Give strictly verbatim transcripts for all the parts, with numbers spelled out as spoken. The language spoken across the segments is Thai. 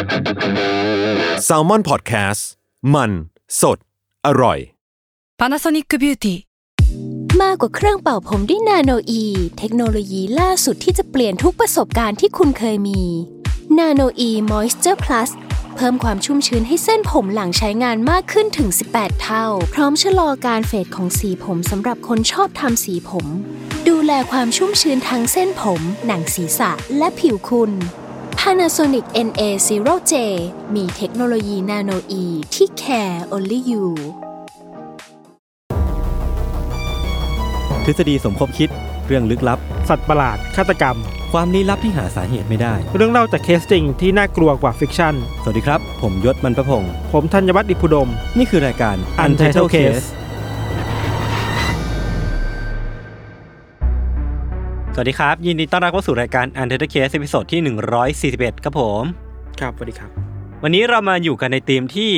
Salmon Podcast มันสดอร่อย Panasonic Beauty มากกว่าเครื่องเป่าผมด้วยนาโนอีเทคโนโลยีล่าสุดที่จะเปลี่ยนทุกประสบการณ์ที่คุณเคยมีนาโนอี Moisture Plus เพิ่มความชุ่มชื้นให้เส้นผมหลังใช้งานมากขึ้นถึงสิบแปดเท่าพร้อมชะลอการเฟดของสีผมสำหรับคนชอบทำสีผมดูแลความชุ่มชื้นทั้งเส้นผมหนังศีรษะและผิวคุณ Panasonic เอ็น เอ ศูนย์ เจ มีเทคโนโลยีนาโนอีที่ care only you ทฤษฎีสมคบคิดเรื่องลึกลับสัตว์ประหลาดฆาตกรรมความลี้ลับที่หาสาเหตุไม่ได้เรื่องเล่าจากเคสจริงที่น่ากลัวกว่าฟิกชั่นสวัสดีครับผมยศมันประพงษ์ผมธัญวัฒน์อิพุดมนี่คือรายการ Untitled Case สวัสดีครับยินดีต้อนรับเข้าสู่รายการ Untitled Case ตอนที่หนึ่งร้อยสี่สิบเอ็ดครับผมครับสวัสดีครับวันนี้เรามาอยู่กันในธีมที่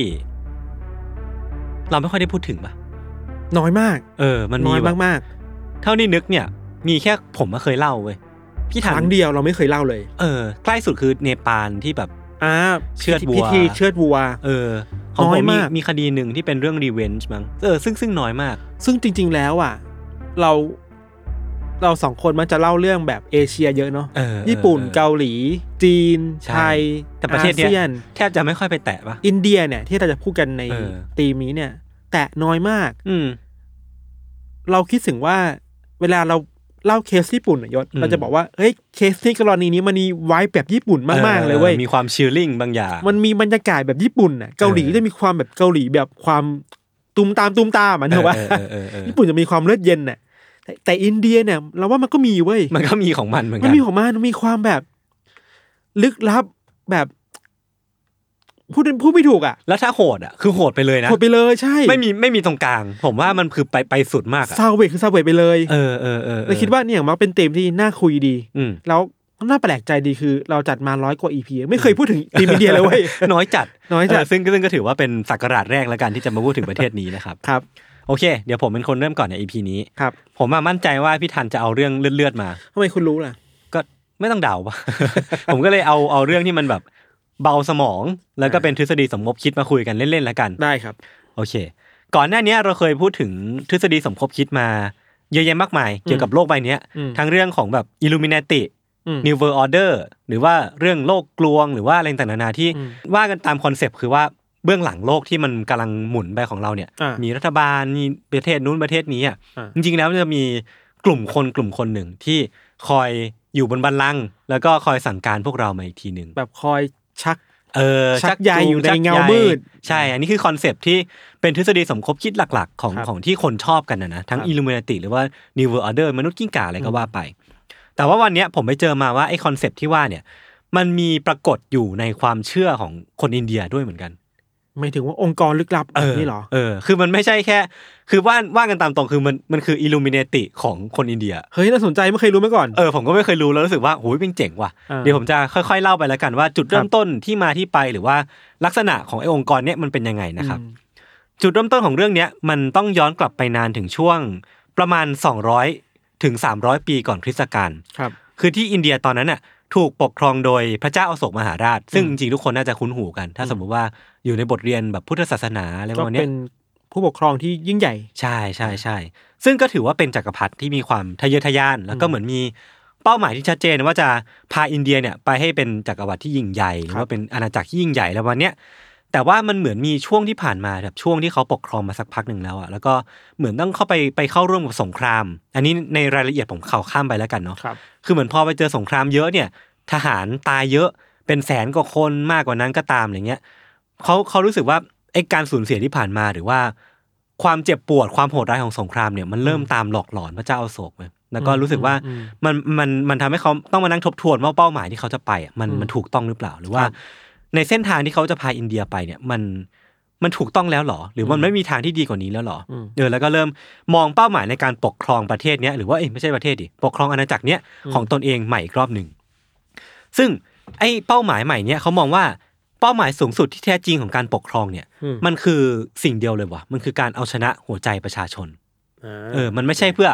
เราไม่ค่อยได้พูดถึงป่ะน้อยมากเออมันน้อยมากๆเท่านี้นึกเนี่ยมีแค่ผมมาเคยเล่าเว้ยพี่ถังครั้งเดียวเราไม่เคยเล่าเลยเออใกล้สุดคือเนปาลที่แบบอ่าเชือดวัวพิธีเชือดวัวเออของผมมีมีคดีหนึ่งที่เป็นเรื่องรีเวนจ์มั้งเออซึ่งซึ่งน้อยมากซึ่งจริงๆแล้วอ่ะเราเราสองคนมันจะเล่าเรื่องแบบเอเชียเยอะเนาะญี่ปุ่นเกาหลีจีนไทยแต่ประเทศเนี้ยแทบจะไม่ค่อยไปแตะป่ะอินเดียเนี่ยที่เราจะพูดกันในธีมนี้เนี่ยแตะน้อยมากอืมเราคิดถึงว่าเวลาเราเล่าเคสญี่ปุ่นยศเราจะบอกว่าเฮ้ยเคสที่กรณีนี้มันมีไว้แบบญี่ปุ่นมากๆเลยเว้ยมีความชิลลิ่งบางอย่างมันมีบรรยากาศแบบญี่ปุ่นน่ะเกาหลีจะมีความแบบเกาหลีแบบความตุ้มตามตุ้มตามมันเถอะว่าญี่ปุ่นจะมีความเลือดเย็นน่ะแต่อินเดียเนี่ยเราว่ามันก็มีเว้ยมันก็มีของมันเหมือนกันมันมีของมันมันมีความแบบลึกลับแบบพูดพูดไม่ถูกอ่ะแล้วถ้าโหดอ่ะคือโหดไปเลยนะโหดไปเลยใช่ไม่มีไม่มีตรงกลางผมว่ามันคือไปไปสุดมากอ่ะซาวเวทคือซาวเวทไปเลยเออเออเออเราคิดว่าเนี่ยมันเป็นธีมที่น่าคุยดีแล้วน่าแปลกใจดีคือเราจัดมาร้อยกว่า อี พี ไม่เคยพูดถึงธีมอินเดียเลยเว้ยน้อยจัดน้อยจัดซึ่งซึ่งก็ถือว่าเป็นศักราชแรกแล้วกันที่จะมาพูดถึงประเทศนี้นะครับครับโอเคเดี๋ยวผมเป็นคนเริ่มก่อนใน อี พี นี้ครับผมมั่นใจว่าพี่ทันจะเอาเรื่องเลือดๆมาทำไมคุณรู้ล่ะก็ไม่ต้องเดาป่ะ ผมก็เลยเอาเอาเรื่องที่มันแบบเบาสมองแล้วก็เป็นทฤษฎีสมคบคิดมาคุยกันเล่นๆแล้วกันได้ครับโอเคก่อนหน้านี้เราเคยพูดถึงทฤษฎีสมคบคิดมาเยอะแยะมากมายเกี่ยวกับโลกใบนี้ทั้งเรื่องของแบบ Illuminati New World Order หรือว่าเรื่องโลกกลวงหรือว่าอะไรต่างๆนานาที่ว่ากันตามคอนเซปต์คือว่าเบื้องหลังโลกที่มันกำลังหมุนไปของเราเนี่ยมีรัฐบาลมีประเทศนู้นประเทศนี้อ่ะจริงๆแล้วจะมีกลุ่มคนกลุ่มคนหนึ่งที่คอยอยู่บนบัลลังก์แล้วก็คอยสั่งการพวกเรามาอีกทีนึงแบบคอยชักเออชักใยอยู่ในเงามืดใช่อันนี้คือคอนเซปต์ที่เป็นทฤษฎีสมคบคิดหลักๆของของที่คนชอบกันนะนะทั้ง Illuminati หรือว่า New World Order มนุษย์กิ้งก่าอะไรก็ว่าไปแต่ว่าวันนี้ผมไปเจอมาว่าไอ้คอนเซปต์ที่ว่าเนี่ยมันมีปรากฏอยู่ในความเชื่อของคนอินเดียด้วยเหมือนกันไม่ถึงว่าองค์กรลึกลับแบบนี้หรอเออคือมันไม่ใช่แค่คือว่าว่ากันตามตรงคือมันมันคือ Illuminati ของคนอินเดียเฮ้ยน่าสนใจไม่เคยรู้มาก่อนเออผมก็ไม่เคยรู้แล้วรู้สึกว่าโหยเป็นเจ๋งว่ะเดี๋ยวผมจะค่อยๆเล่าไปแล้วกันว่าจุดเริ่มต้นที่มาที่ไปหรือว่าลักษณะของไอ้องค์กรเนี้ยมันเป็นยังไงนะครับจุดเริ่มต้นของเรื่องเนี้ยมันต้องย้อนกลับไปนานถึงช่วงประมาณสองร้อยถึงสามร้อยปีก่อนคริสตกาลครับคือที่อินเดียตอนนั้นน่ะถูกปกครองโดยพระเจ้าอโศกมหาราชซึ่งจริงๆทุกคนน่าจะคุ้นหูกันถ้าสมมุติว่าอยู่ในบทเรียนแบบพุทธศาสนาอะไรประมาณนี้ก็เป็นผู้ปกครองที่ยิ่งใหญ่ใช่ใช่ใช่ซึ่งก็ถือว่าเป็นจักรพรรดิที่มีความทะเยอทะยานแล้วก็เหมือนมีเป้าหมายที่ชัดเจนว่าจะพาอินเดียเนี่ยไปให้เป็นจักรวรรดิที่ยิ่งใหญ่หรือว่าเป็นอาณาจักรที่ยิ่งใหญ่แล้ววันเนี้ยแต่ว่ามันเหมือนมีช่วงที่ผ่านมาแบบช่วงที่เขาปกครองมาสักพักหนึ่งแล้วอ่ะแล้วก็เหมือนต้องเข้าไปไปเข้าร่วมกับสงครามอันนี้ในรายละเอียดผมข่าวข้ามไปแล้วกันเนาะคือเหมือนพอไปเจอสงครามเยอะเนี่ยทหารตายเยอะเป็นแสนกว่าคนมากกว่านั้นก็ตามอะไรเงี้ยเขาเขารู้สึกว่าไอ้การสูญเสียที่ผ่านมาหรือว่าความเจ็บปวดความโหดร้ายของสงครามเนี่ยมันเริ่มตามหลอกหลอนพระเจ้าอโศกเลยแล้วก็รู้สึกว่ามันมันมันทำให้เขาต้องมานั่งทบทวนว่าเป้าหมายที่เขาจะไปอ่ะมันมันถูกต้องหรือเปล่าหรือว่าในเส้นทางที่เขาจะพาอินเดียไปเนี่ยมันมันถูกต้องแล้วหรอหรือมันไม่มีทางที่ดีกว่านี้แล้วหรอเออแล้วก็เริ่มมองเป้าหมายในการปกครองประเทศเนี้ยหรือว่าเอ้ยไม่ใช่ประเทศดิปกครองอาณาจักรเนี้ยของตนเองใหม่อีกรอบนึงซึ่งไอ้เป้าหมายใหม่เนี้ยเขามองว่าเป้าหมายสูงสุดที่แท้จริงของการปกครองเนี่ยมันคือสิ่งเดียวเลยว่ะมันคือการเอาชนะหัวใจประชาชนเออมันไม่ใช่เพื่อ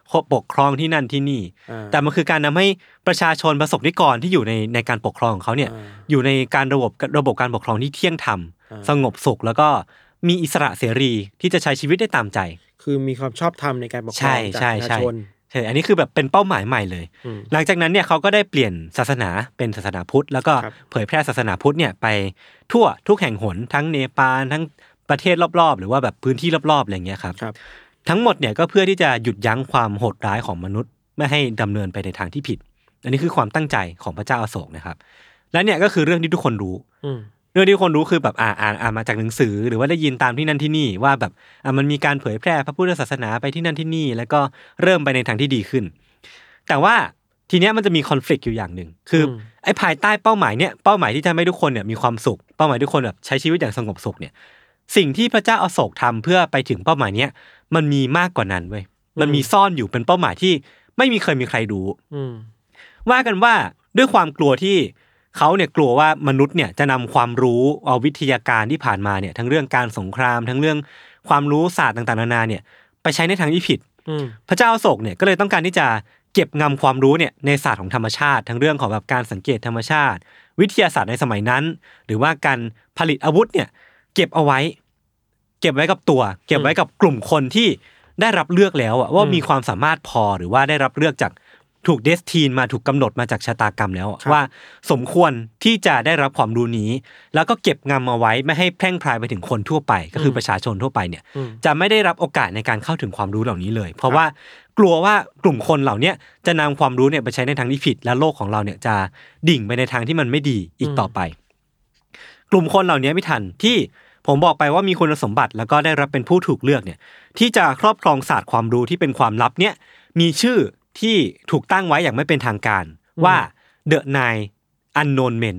ปกครองที่นั่นที่นี่แต่มันคือการนำให้ประชาชนประสบนิกรที่อยู่ในในการปกครองของเขาเนี่ยอยู่ในการระบบระบบการปกครองที่เที่ยงธรรมสงบสุขแล้วก็มีอิสระเสรีที่จะใช้ชีวิตได้ตามใจคือมีความชอบธรรมในการปกครองจากประชาชนใช่อันนี้คือแบบเป็นเป้าหมายใหม่เลยหลังจากนั้นเนี่ยเขาก็ได้เปลี่ยนศาสนาเป็นศาสนาพุทธแล้วก็เผยแพร่ศาสนาพุทธเนี่ยไปทั่วทุกแห่งหนทั้งเนปาลทั้งประเทศรอบๆหรือว่าแบบพื้นที่รอบๆอะไรเงี้ยครับทั้งหมดเนี่ยก็เพื่อที่จะหยุดยั้งความโหดร้ายของมนุษย์ไม่ให้ดำเนินไปในทางที่ผิดอันนี้คือความตั้งใจของพระเจ้าอโศกนะครับและเนี่ยก็คือเรื่องที่ทุกคนรู้เรื่องที่ทุกคนรู้คือแบบอ่านอ่านอ่านมาจากหนังสือหรือว่าได้ยินตามที่นั่นที่นี่ว่าแบบอ่ะมันมีการเผยแพร่พระพุทธศาสนาไปที่นั่นที่นี่แล้วก็เริ่มไปในทางที่ดีขึ้นแต่ว่าทีเนี้ยมันจะมีคอนฟลิกต์อยู่อย่างหนึ่งคือไอ้ภายใต้เป้าหมายเนี่ยเป้าหมายที่จะให้ทุกคนเนี่ยมีความสุขเป้าหมายทุกคนแบบใช้ชีวิตอย่างสงบสุขเนี่ยสิ่งที่พระเจ้าอโศกทำเพื่อไปถึงเป้าหมายเนี้ยมันมีมากกว่านั้นเว้ยมันมีซ่อนอยู่เป็นเป้าหมายที่ไม่มีเคยมีใครรู้ว่ากันว่าด้วยความกลัวที่เขาเนี่ยกลัวว่ามนุษย์เนี่ยจะนำความรู้เอาวิทยาการที่ผ่านมาเนี่ยทั้งเรื่องการสงครามทั้งเรื่องความรู้ศาสตร์ต่างๆนานาเนี่ยไปใช้ในทางที่ผิดพระเจ้าอโศกเนี่ยก็เลยต้องการที่จะเก็บงำความรู้เนี่ยในศาสตร์ของธรรมชาติทั้งเรื่องของแบบการสังเกตธรรมชาติวิทยาศาสตร์ในสมัยนั้นหรือว่าการผลิตอาวุธเนี่ยเก็บเอาไว้เก็บไว้กับตัวเก็บไว้กับกลุ่มคนที่ได้รับเลือกแล้วอะว่ามีความสามารถพอหรือว่าได้รับเลือกจากถูกเดสทีนมาถูกกำหนดมาจากชะตากรรมแล้วว่าสมควรที่จะได้รับความรู้นี้แล้วก็เก็บงำเอาไว้ไม่ให้แพร่งพรายไปถึงคนทั่วไปก็คือประชาชนทั่วไปเนี่ยจะไม่ได้รับโอกาสในการเข้าถึงความรู้เหล่านี้เลยเพราะว่ากลัวว่ากลุ่มคนเหล่านี้จะนำความรู้เนี่ยไปใช้ในทางที่ผิดและโลกของเราเนี่ยจะดิ่งไปในทางที่มันไม่ดีอีกต่อไปกลุ่มคนเหล่านี้ไม่ทันที่ผมบอกไปว่ามีคุณสมบัติแล้วก็ได้รับเป็นผู้ถูกเลือกเนี่ยที่จะครอบครองศาสตร์ความรู้ที่เป็นความลับเนี่ยมีชื่อที่ถูกตั้งไว้อย่างไม่เป็นทางการว่า The Nine Unknown Men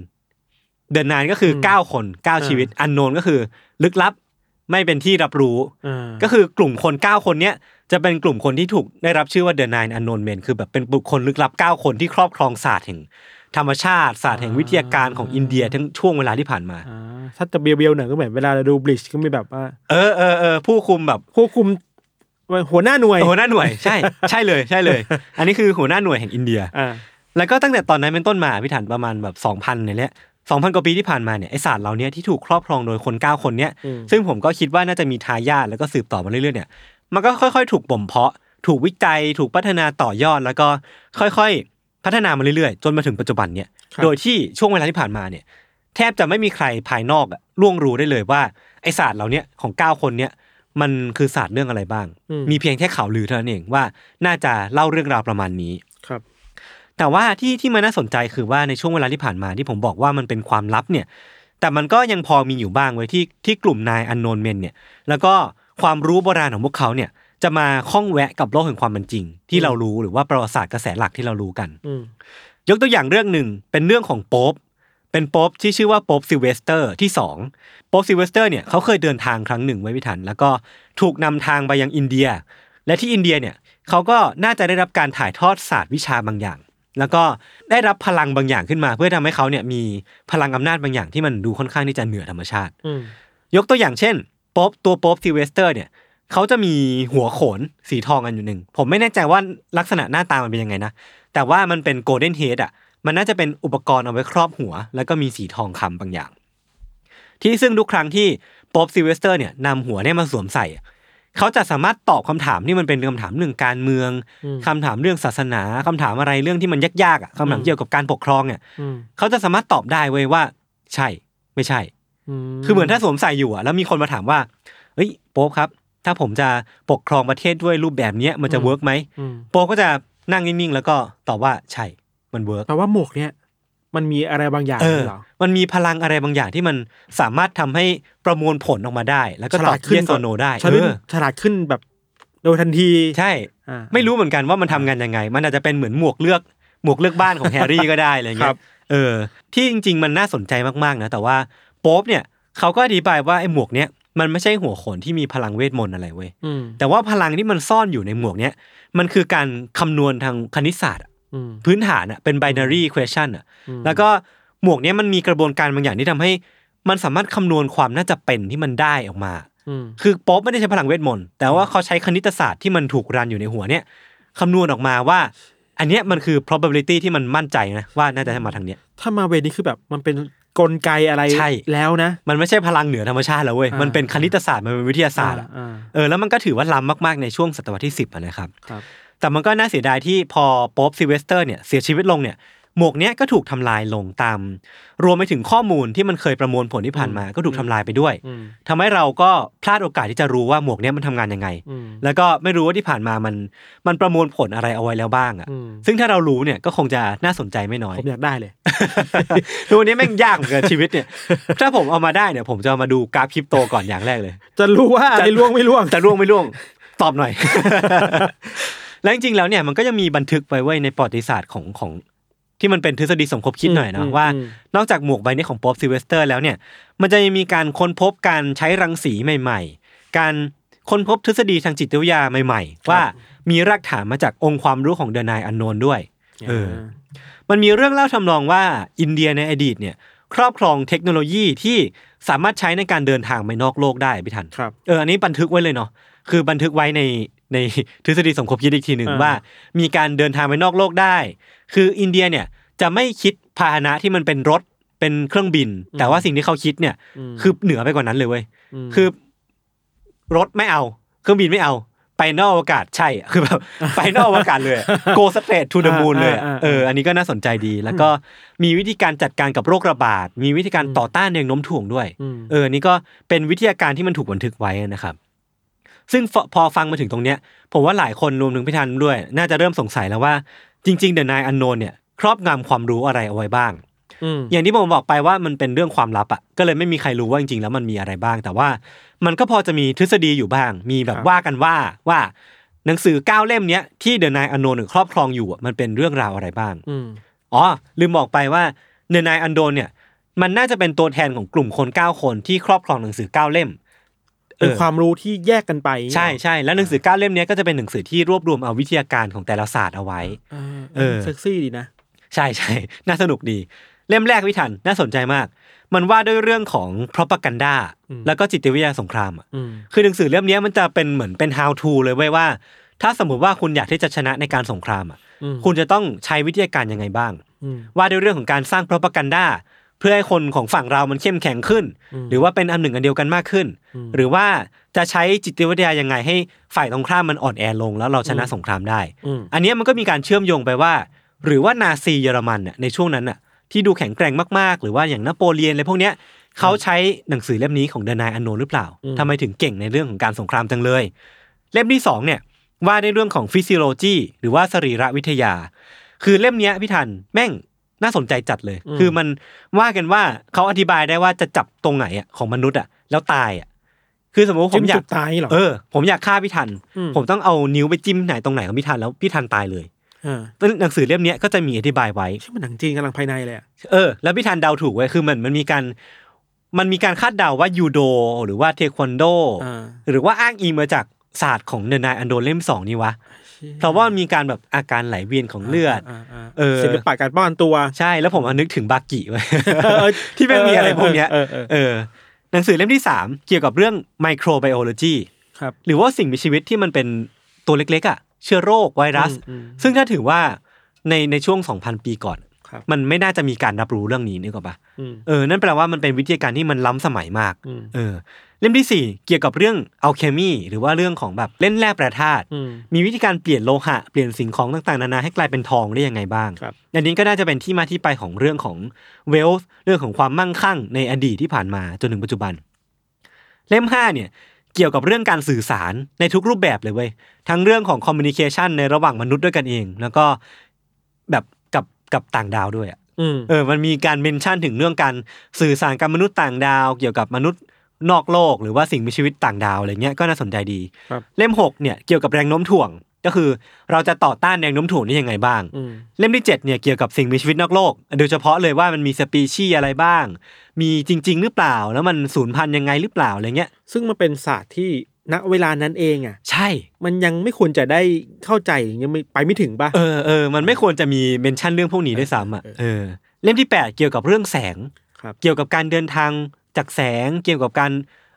The Nine ก็คือเก้าคนเก้าชีวิต Unknown ก็คือลึกลับไม่เป็นที่รับรู้ก็คือกลุ่มคนเก้าคนเนี้ยจะเป็นกลุ่มคนที่ถูกได้รับชื่อว่า The Nine Unknown Men คือแบบเป็นบุคคลลึกลับเก้าคนที่ครอบครองศาสตร์แห่งธรรมชาติศาสตร์แห่งวิทยาการของอินเดียทั้งช่วงเวลาที่ผ่านมาถ้าจะเบียวๆหน่อยก็เหมือนเวลาเราดู Bleach ก็มีแบบว่าเออเออเออผู้คุมแบบผู้คุมหัวหน้าหน่วยหัวหน้าหน่วยใช่ใช่เลยใช่เลยอันนี้คือหัวหน้าหน่วยแห่งอินเดียแล้วก็ตั้งแต่ตอนนั้นเป็นต้นมาพี่ถันประมาณแบบ สองพัน เนี่ยแหละ สองพัน กว่าปีที่ผ่านมาเนี่ยไอศาสตร์เหล่านี้ที่ถูกครอบครองโดยคนเก้าคนเนี้ยซึ่งผมก็คิดว่าน่าจะมีทายาทแล้วก็สืบต่อมาเรื่อยๆเนี่ยมันก็ค่อยๆถูกบ่มเพาะถูกวิจัยถูกพัฒนาต่อยอดแล้วก็ค่อยๆพัฒนามาเรื่อยๆจนมาถึงปัจจุบันเนี่ยโดยที่ช่วงเวลาที่ผ่านมาเนี่ยแทบจะไม่มีใครภายนอกล่วงรู้ได้เลยว่าไอศาสตร์เหล่านี้ของเก้าคนเนี้ยมันคือศาสตร์เรื่องอะไรบ้างมีเพียงแค่ข่าวลือเท่านั้นเองว่าน่าจะเล่าเรื่องราวประมาณนี้ครับแต่ว่าที่ที่มันน่าสนใจคือว่าในช่วงเวลาที่ผ่านมาที่ผมบอกว่ามันเป็นความลับเนี่ยแต่มันก็ยังพอมีอยู่บ้างไว้ที่ที่กลุ่มนายอันโนนเมนเนี่ยแล้วก็ความรู้โบราณของพวกเขาเนี่ยจะมาข้องแวะกับโลกแห่งความเป็นจริงที่เรารู้หรือว่าประวัติศาสตร์กระแสหลักที่เรารู้กันยกตัวอย่างเรื่องหนึ่งเป็นเรื่องของโป๊ปเป็นโป๊ปที่ชื่อว่าโป๊ปซิลเวสเตอร์ที่สองโป๊ปซิลเวสเตอร์เนี่ยเขาเคยเดินทางครั้งหนึ่งไว้พิถันแล้วก็ถูกนำทางไปยังอินเดียและที่อินเดียเนี่ยเขาก็น่าจะได้รับการถ่ายทอดศาสตร์วิชาบางอย่างแล้วก็ได้รับพลังบางอย่างขึ้นมาเพื่อทำให้เขาเนี่ยมีพลังอำนาจบางอย่างที่มันดูค่อนข้างที่จะเหนือธรรมชาติยกตัวอย่างเช่นโป๊ปตัวโป๊ปซิลเวสเตอร์เนี่ยเขาจะมีหัวโขนสีทองอันอยู่หนึ่งผมไม่แน่ใจว่าลักษณะหน้าตามันเป็นยังไงนะแต่ว่ามันเป็นโกลเด้นเฮดอ่ะมันน่าจะเป็นอุปกรณ์เอาไว้ครอบหัวแล้วก็มีสีทองคำบางอย่างที่ซึ่งทุกครั้งที่โป๊ปซิลเวสเตอร์เนี่ยนำหัวเนี่ยมาสวมใส่เขาจะสามารถตอบคำถามที่มันเป็นคำถามเรื่องการเมืองคำถามเรื่องศาสนาคำถามอะไรเรื่องที่มันยากๆอ่ะคำถามเกี่ยวกับการปกครองเนี่ยเขาจะสามารถตอบได้เว้ยว่าใช่ไม่ใช่คือเหมือนถ้าสวมใส่อยู่อ่ะแล้วมีคนมาถามว่าเฮ้ยโป๊ปครับถ้าผมจะปกครองประเทศด้วยรูปแบบนี้มันจะเวิร์กไหมโป๊ปก็จะนั่งนิ่งๆแล้วก็ตอบว่าใช่มันเวิร์กแปลว่าหมวกเนี่ยมันมีอะไรบางอย่างเหรอมันมีพลังอะไรบางอย่างที่มันสามารถทำให้ประมวลผลออกมาได้แล้วก็ตอบ yes or no ได้ฉลาดฉลาดขึ้นแบบโดยทันทีใช่ไม่รู้เหมือนกันว่ามันทำงานยังไงมันอาจจะเป็นเหมือนหมวกเลือกหมวกเลือกบ้านของแฮร์รี่ก็ได้อะไรเงี้ยเออที่จริงๆมันน่าสนใจมากๆนะแต่ว่าโป๊ปเนี่ยเขาก็อธิบายว่าไอ้หมวกเนี้ยมันไม่ใช่หัวโขนที่มีพลังเวทมนต์อะไรเว้ยแต่ว่าพลังที่มันซ่อนอยู่ในหมวกเนี้ยมันคือการคำนวณทางคณิตศาสตร์พื้นฐานอ่ะเป็น binary question อ่ะแล้วก็หมวกเนี้ยมันมีกระบวนการบางอย่างที่ทำให้มันสามารถคำนวณความน่าจะเป็นที่มันได้ออกมาคือโป๊ปไม่ได้ใช้พลังเวทมนต์แต่ว่าเขาใช้คณิตศาสตร์ที่มันถูกรันอยู่ในหัวเนี้ยคำนวณออกมาว่าอันเนี้ยมันคือ probability ที่มันมั่นใจนะว่าน่าจะมาทางเนี้ยถ้ามาเวนี้คือแบบมันเป็นกลไกอะไรแล้วนะมันไม่ใช่พลังเหนือธรรมชาติแล้วเว้ยมันเป็นคณิตศาสตร์มันเป็นวิทยาศาสตร์เออแล้วมันก็ถือว่าล้ำมากๆในช่วงศตวรรษที่สิบอ่ะนะครับแต่มันก็น่าเสียดายที่พอโป๊ปซิลเวสเตอร์เนี่ยเสียชีวิตลงเนี่ยหมวกเนี้ยก็ถูกทำลายลงตามรวมไปถึงข้อมูลที่มันเคยประมวลผลที่ผ่านมาก็ถูกทำลายไปด้วยทำให้เราก็พลาดโอกาสที่จะรู้ว่าหมวกเนี้ยมันทำงานยังไงแล้วก็ไม่รู้ว่าที่ผ่านมามันมันประมวลผลอะไรเอาไว้แล้วบ้างอ่ะซึ่งถ้าเรารู้เนี่ยก็คงจะน่าสนใจไม่น้อยผมอยากได้เลยทุกวันนี้แม่งยากเหมือนกันชีวิตเนี่ยถ้าผมเอามาได้เนี่ยผมจะมาดูกราฟคริปโตก่อนอย่างแรกเลยจะรู้ว่าอะไรล่วงไม่ล่วงจะล่วงไม่ล่วงตอบหน่อยแล้วจริงๆแล้วเนี่ยมันก็ยังมีบันทึกไว้ไว้ในประวัติศาสตร์ของของที่มันเป็นทฤษฎีสมคบคิดหน่อยนะว่านอกจากหมวกใบนี้ของโป๊ปซิลเวสเตอร์แล้วเนี่ยมันจะยังมีการค้นพบการใช้รังสีใหม่ๆการค้นพบทฤษฎีทางจิตวิทยาใหม่ๆว่ามีรากฐานมาจากองค์ความรู้ของ The Nine Unknown ด้วยเออมันมีเรื่องเล่าทำนองว่าอินเดียในอดีตเนี่ยครอบครองเทคโนโลยีที่สามารถใช้ในการเดินทางไปนอกโลกได้พี่ทันเอออันนี้บันทึกไว้เลยเนาะคือบันทึกไว้ในในทฤษฎีสมคบคิดอีกทีหนึ่งว่ามีการเดินทางไปนอกโลกได้คืออินเดียเนี่ยจะไม่คิดพาหนะที่มันเป็นรถเป็นเครื่องบินแต่ว่าสิ่งที่เขาคิดเนี่ยคือเหนือไปกว่านั้นเลยเว้ยคือรถไม่เอาเครื่องบินไม่เอาไปนอกอวกาศใช่คือแบบไปนอกอวกาศเลย go straight to the moon เลยเอออันนี้ก็น่าสนใจดีแล้วก็มีวิธีการจัดการกับโรคระบาดมีวิธีการต่อต้านแรงโน้มถ่วงด้วยเอออันนี้ก็เป็นวิทยาการที่มันถูกบันทึกไว้นะครับซึ่งพอฟังมาถึงตรงเนี้ยผมว่าหลายคนรวมถึงพี่ธันด้วยน่าจะเริ่มสงสัยแล้วว่าจริงๆ The Nine Unknown เนี่ยครอบงำความรู้อะไรเอาไว้บ้างอย่างที่ผมบอกไปว่ามันเป็นเรื่องความลับอ่ะก็เลยไม่มีใครรู้ว่าจริงๆแล้วมันมีอะไรบ้างแต่ว่ามันก็พอจะมีทฤษฎีอยู่บ้างมีแบบว่ากันว่าว่าหนังสือเก้าเล่มเนี้ยที่ The Nine Unknown ครอบครองอยู่มันเป็นเรื่องราวอะไรบ้างอ๋อลืมบอกไปว่า The Nine Unknown เนี่ยมันน่าจะเป็นตัวแทนของกลุ่มคนเก้าคนที่ครอบครองหนังสือเก้าเล่มเป็นความรู้ที่แยกกันไปใช่ใช่แล้วหนังสือเก้าเล่มนี้ก็จะเป็นหนังสือที่รวบรวมเอาวิทยาการของแต่ละศาสตร์เอาไว้เออเซ็กซี่ดีนะใช่ใช่น่าสนุกดีเล่มแรกพี่ทันน่าสนใจมากมันว่าด้วยเรื่องของ propaganda แล้วก็จิตวิทยาสงครามอ่ะคือหนังสือเล่มนี้มันจะเป็นเหมือนเป็น how to เลยเว้ยว่าถ้าสมมติว่าคุณอยากที่จะชนะในการสงครามอ่ะคุณจะต้องใช้วิทยาการยังไงบ้างว่าด้วยเรื่องของการสร้าง propagandaเพื่อให้คนของฝั่งเรามันเข้มแข็งขึ้นหรือว่าเป็นอันหนึ่งอันเดียวกันมากขึ้นหรือว่าจะใช้จิตวิทยายังไงให้ฝ่ายตรงข้ามมันอ่อนแอลงแล้วเราชนะสงครามได้อันนี้มันก็มีการเชื่อมโยงไปว่าหรือว่านาซีเยอรมันน่ะในช่วงนั้นน่ะที่ดูแข็งแกร่งมากๆหรือว่าอย่างนโปเลียนอะไรพวกเนี้ยเขาใช้หนังสือเล่มนี้ของ The Nine Unknown หรือเปล่าทำไมถึงเก่งในเรื่องของการสงครามจังเลยเล่มที่สองเนี่ยว่าในเรื่องของ physiology หรือว่าสรีรวิทยาคือเล่มเนี้ยพี่ทันแม่งน่าสนใจจัดเลยคือมันว่ากันว่าเขาอธิบายได้ว่าจะจับตรงไหนอ่ะของมนุษย์อ่ะแล้วตายอ่ะคือสมมติผมอยากตายหรอเออผมอยากฆ่าพี่ทันผมต้องเอานิ้วไปจิ้มไหนตรงไหนของพี่ทันแล้วพี่ทันตายเลยหนังสือเล่มนี้ก็จะมีอธิบายไว้ใช่มันหนังจีนกำลังภายในเลยอ่ะเออแล้วพี่ทันเดาถูกไว้คือมันมันมีการมันมีการคาดเดาว่ายูโดหรือว่าเทควันโดหรือว่าอ้างอิงมาจากศาสตร์ของเดนายอันโดเล่มสองนี่วะเพราะว่ามีการแบบอาการไหลเวียนของเลือดเออศิลปะการป้องกันตัวใช่แล้วผมนึกถึงบากิไว้ที่ไม่มีอะไรพวกเนี้ยเออหนังสือเล่มที่สามเกี่ยวกับเรื่องไมโครไบโอโลจีหรือว่าสิ่งมีชีวิตที่มันเป็นตัวเล็กๆอ่ะเชื้อโรคไวรัสซึ่งถ้าถือว่าในในช่วง สองพัน ปีก่อนมันไม่น่าจะมีการรับรู้เรื่องนี้นึกออกป่ะเออนั่นแปลว่ามันเป็นวิทยาการที่มันล้ำสมัยมากเออเล่มที่สี่เกี่ยวกับเรื่องอัลเคมีหรือว่าเรื่องของแบบเล่นแร่แปรธาตุมีวิธีการเปลี่ยนโลหะเปลี่ยนสิ่งของต่างๆนานาให้กลายเป็นทองได้ยังไงบ้างอันนี้ก็น่าจะเป็นที่มาที่ไปของเรื่องของเวลส์เรื่องของความมั่งคั่งในอดีตที่ผ่านมาจนถึงปัจจุบันเล่มห้าเนี่ยเกี่ยวกับเรื่องการสื่อสารในทุกรูปแบบเลยเว้ยทั้งเรื่องของคอมมิวนิเคชันในระหว่างมนุษย์ด้วยกันเองแล้วก็แบบกับกับต่างดาวด้วยอ่ะเออมันมีการเมนชั่นถึงเรื่องการสื่อสารกับมนุษย์ต่างดาวเกี่ยวกับมนุษย์นอกโลกหรือว่าสิ่งมีชีวิตต่างดาวอะไรเงี้ยก็น่าสนใจดีเล่มหกเนี่ยเกี่ยวกับแรงโน้มถ่วงก็คือเราจะต่อต้านแรงโน้มถ่วงได้ยังไงบ้างเล่มที่เจ็ดเนี่ยเกี่ยวกับสิ่งมีชีวิตนอกโลกโดยเฉพาะเลยว่ามันมีสปีชีส์อะไรบ้างมีจริงๆหรือเปล่าแล้วมันสูญพันธุ์ยังไงหรือเปล่าอะไรเงี้ยซึ่งมันเป็นศาสตร์ที่ณเวลานั้นเองอ่ะใช่มันยังไม่ควรจะได้เข้าใจยังไม่ไปไม่ถึงป่ะเออเออมันไม่ควรจะมีเมนชั่นเรื่องพวกนี้ด้วยซ้ำอ่ะเออเล่มที่แปดเกี่ยวกับเรื่องแสงเกี่ยวกับการเดินทางจากแสงเกี่ยวกับการ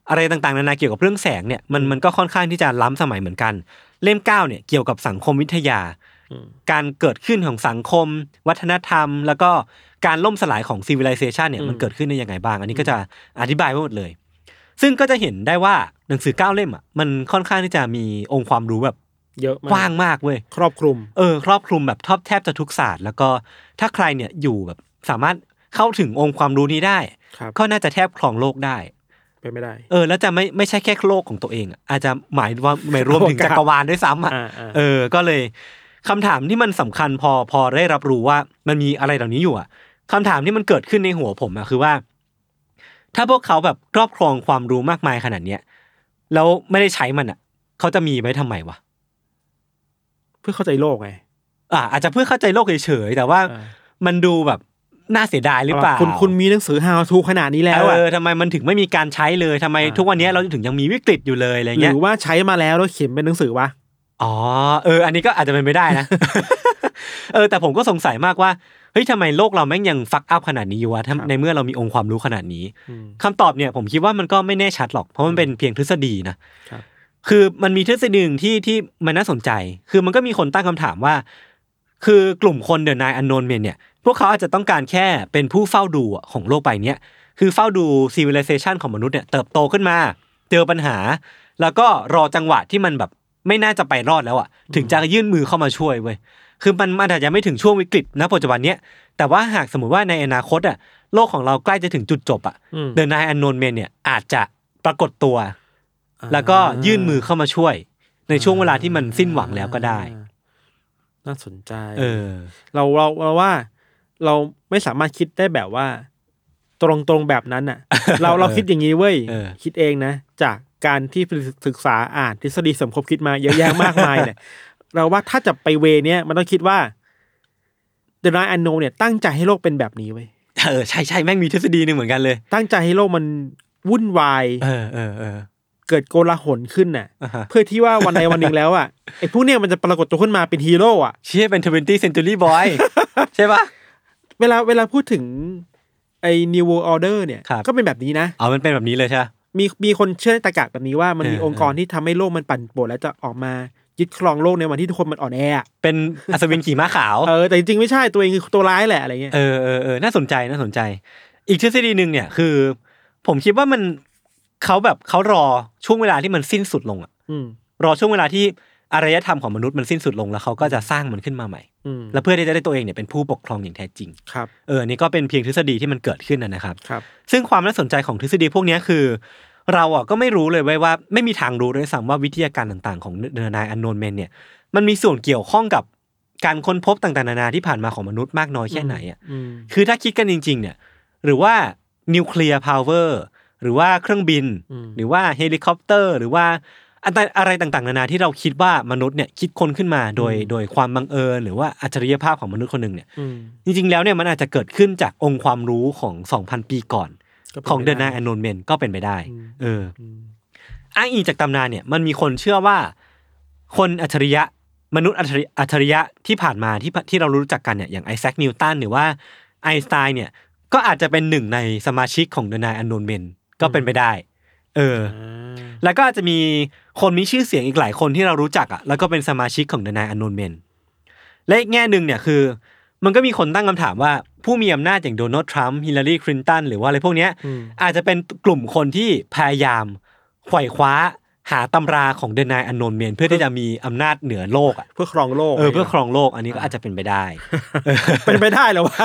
อะไรต่างๆนานาเกี่ยวกับเรื่องแสงเนี่ยมันมันก็ค่อนข้างที่จะล้ำสมัยเหมือนกันเล่มเก้าเนี่ยเกี่ยวกับสังคมวิทยาการเกิดขึ้นของสังคมวัฒนธรรมแล้วก็การล่มสลายของ civilization เนี่ยมันเกิดขึ้นได้ยังไงบ้างอันนี้ก็จะอธิบายไว้หมดเลยซึ่งก็จะเห็นได้ว่าหนังสือเก้าเล่มอ่ะมันค่อนข้างที่จะมีองค์ความรู้แบบเยอะกว้างมากเว้ยครอบคลุมเออครอบคลุมแบบแทบจะทุกศาสตร์แล้วก็ถ้าใครเนี่ยอยู่แบบสามารถเข้าถึงองค์ความรู้นี้ได้ก็น่าจะแทบครองโลกได้ไปไม่ได้เออแล้วจะไม่ไม่ใช่แค่โลกของตัวเองอ่ะอาจจะหมายว่าหมายรวมถึงจักรวาลด้วยซ้ำอ่ะเออก็เลยคำถามที่มันสำคัญพอพอได้รับรู้ว่ามันมีอะไรเหล่านี้อยู่อ่ะคำถามที่มันเกิดขึ้นในหัวผมอ่ะคือว่าถ้าพวกเขาแบบครอบครองความรู้มากมายขนาดเนี้ยแล้วไม่ได้ใช้มันอ่ะเขาจะมีไว้ทำไมวะเพื่อเข้าใจโลกไงอ่าอาจจะเพื่อเข้าใจโลกเฉยๆแต่ว่ามันดูแบบน่าเสียดายหรือเปล่าคุณคุณมีหนังสือ how to ขนาดนี้แล้วอ่ะเออทำไมมันถึงไม่มีการใช้เลยทำไมทุกวันนี้เราถึงยังมีวิกฤตอยู่เลยอะไรเงี้ยหรือว่าใช้มาแล้วแล้วเขียนเป็นหนังสือวะอ๋อเอออันนี้ก็อาจจะเป็นไปได้นะ เออแต่ผมก็สงสัยมากว่าเฮ้ยทำไมโลกเราแม่งยังฟักอัพขนาดนี้อยู่วะในเมื่อเรามีองค์ความรู้ขนาดนี้คำตอบเนี่ยผมคิดว่ามันก็ไม่แน่ชัดหรอกเพราะมันเป็นเพียงทฤษฎีนะคือมันมีทฤษฎีหนึ่งที่ที่มันน่าสนใจคือมันก็มีคนตั้งคำถามว่าคือกลุ่มคน The Nine Unknown Men เนี่ยพวกเขาอาจจะต้องการแค่เป็นผู้เฝ้าดูของโลกใบนี้คือเฝ้าดู civilization ของมนุษย์เนี่ยเติบโตขึ้นมาเจอปัญหาแล้วก็รอจังหวะที่มันแบบไม่น่าจะไปรอดแล้วอ่ะถึงจะยื่นมือเข้ามาช่วยเว้ยคือมันอาจจะไม่ถึงช่วงวิกฤตณปัจจุบันเนี้ยแต่ว่าหากสมมุติว่าในอนาคตอ่ะโลกของเราใกล้จะถึงจุดจบอ่ะ The Nine Unknown Men เนี่ยอาจจะปรากฏตัวแล้วก็ยื่นมือเข้ามาช่วยในช่วงเวลาที่มันสิ้นหวังแล้วก็ได้น่าสนใจเออเราเราเราว่าเราไม่สามารถคิดได้แบบว่าตรงๆแบบนั้นน่ะ เราเราคิดอย่างนี้เว้ยคิดเองนะจากการที่ศึกษาอ่านทฤษฎีสมคบคิดมาเยอะแยะมากมายเนี่ยเราว่าถ้าจะไปเวเนี้ยมันต้องคิดว่า The Nine Unknown เนี่ยตั้งใจให้โลกเป็นแบบนี้เว้ยเออใช่ๆแม่งมีทฤษฎีนึงเหมือนกันเลยตั้งใจให้โลกมันวุ่นวายเออเออเออเกิดโกลาหลขึ้นน่ะ uh-huh. เพื่อที่ว่าวันใดวันหนึ่งแล้วอ่ะไอ้พวกเนี้ยมันจะปรากฏตัวขึ้นมาเป็นฮีโร่อ่ะเชี่ยเป็น twentieth century boy ใช่ปะเวลาเวลาพูดถึงไอ้ New World Order เนี่ยก็เป็นแบบนี้นะอ๋อมันเป็นแบบนี้เลยใช่มีมีคนเชื่อในตรรกะแบบนี้ว่ามันมีองค์กรที่ทำให้โลกมันปั่นป่วนแล้วจะออกมายึดครองโลกในวันที่ทุกคนมันอ่อนแอเป็นอัศวินขี่ม้าขาวเออแต่จริงๆไม่ใช่ตัวเองคือตัวร้ายแหละอะไรเงี้ยเออเออเออน่าสนใจน่าสนใจอีกทฤษฎีนึงเนี่ยคือผมคิดว่ามันเขาแบบเขารอช่วงเวลาที่มันสิ้นสุดลงอ่ะรอช่วงเวลาที่อารยธรรมของมนุษย์มันสิ้นสุดลงแล้วเขาก็จะสร้างมันขึ้นมาใหม่แล้วเพื่อที่จะได้ตัวเองเนี่ยเป็นผู้ปกครองอย่างแท้จริงครับเออนี่ก็เป็นเพียงทฤษฎีที่มันเกิดขึ้นนะครับครับซึ่งความน่าสนใจของทฤษฎีพวกนี้คือเราอ่ะก็ไม่รู้เลยว่าไม่มีทางรู้ด้วยซ้ำว่าวิทยาการต่างๆของ The Nine Unknown Men เนี่ยมันมีส่วนเกี่ยวข้องกับการค้นพบต่างๆนานาที่ผ่านมาของมนุษย์มากน้อยแค่ไหนอ่ะคือถ้าคิดกันจริงๆเนี่ยหรือว่านิวเคลียร์พาวเวอร์หรือว่าเครื่องบินหรือว่าเฮลิคอปเตอร์หรือว่าอะไรต่างๆนานาที่เราคิดว่ามนุษย์เนี่ยคิดค้นขึ้นมาโดยโดยความบังเอิญหรือว่าอัจฉริยภาพของมนุษย์คนนึงเนี่ยจริงๆแล้วเนี่ยมันอาจจะเกิดขึ้นจากองค์ความรู้ของ สองพัน ปีก่อนของ The Nine Unknown Men ก็เป็นไปได้เอออ้างอิงจากตำนานเนี่ยมันมีคนเชื่อว่าคนอัจฉริยะมนุษย์อัจฉริอัจฉริยะที่ผ่านมาที่ที่เรารู้จักกันเนี่ยอย่างไอแซคนิวตันหรือว่าไอน์สไตน์เนี่ยก็อาจจะเป็นหนึ่งในสมาชิกของ The Nine Unknown Men ก็เป็นไปได้เออแล้วก็อาจจะมีคนมีชื่อเสียงอีกหลายคนที่เรารู้จักอ่ะแล้วก็เป็นสมาชิกของ The Nine Unknown Men และอีกแง่นึงเนี่ยคือมันก็มีคนตั้งคำถามว่าผู้มีอำนาจอย่างโดนัลด์ทรัมป์ฮิลลารีคลินตันหรือว่าอะไรพวกเนี้ยอาจจะเป็นกลุ่มคนที่พยายามไขว่คว้าหาตำราของ The Nine Unknown Men เพื่อที่จะมีอำนาจเหนือโลกอ่ะเพื่อครองโลกเออเพื่อครองโลกอันนี้ก็อาจจะเป็นไปได้เป็นไปได้เหรอวะ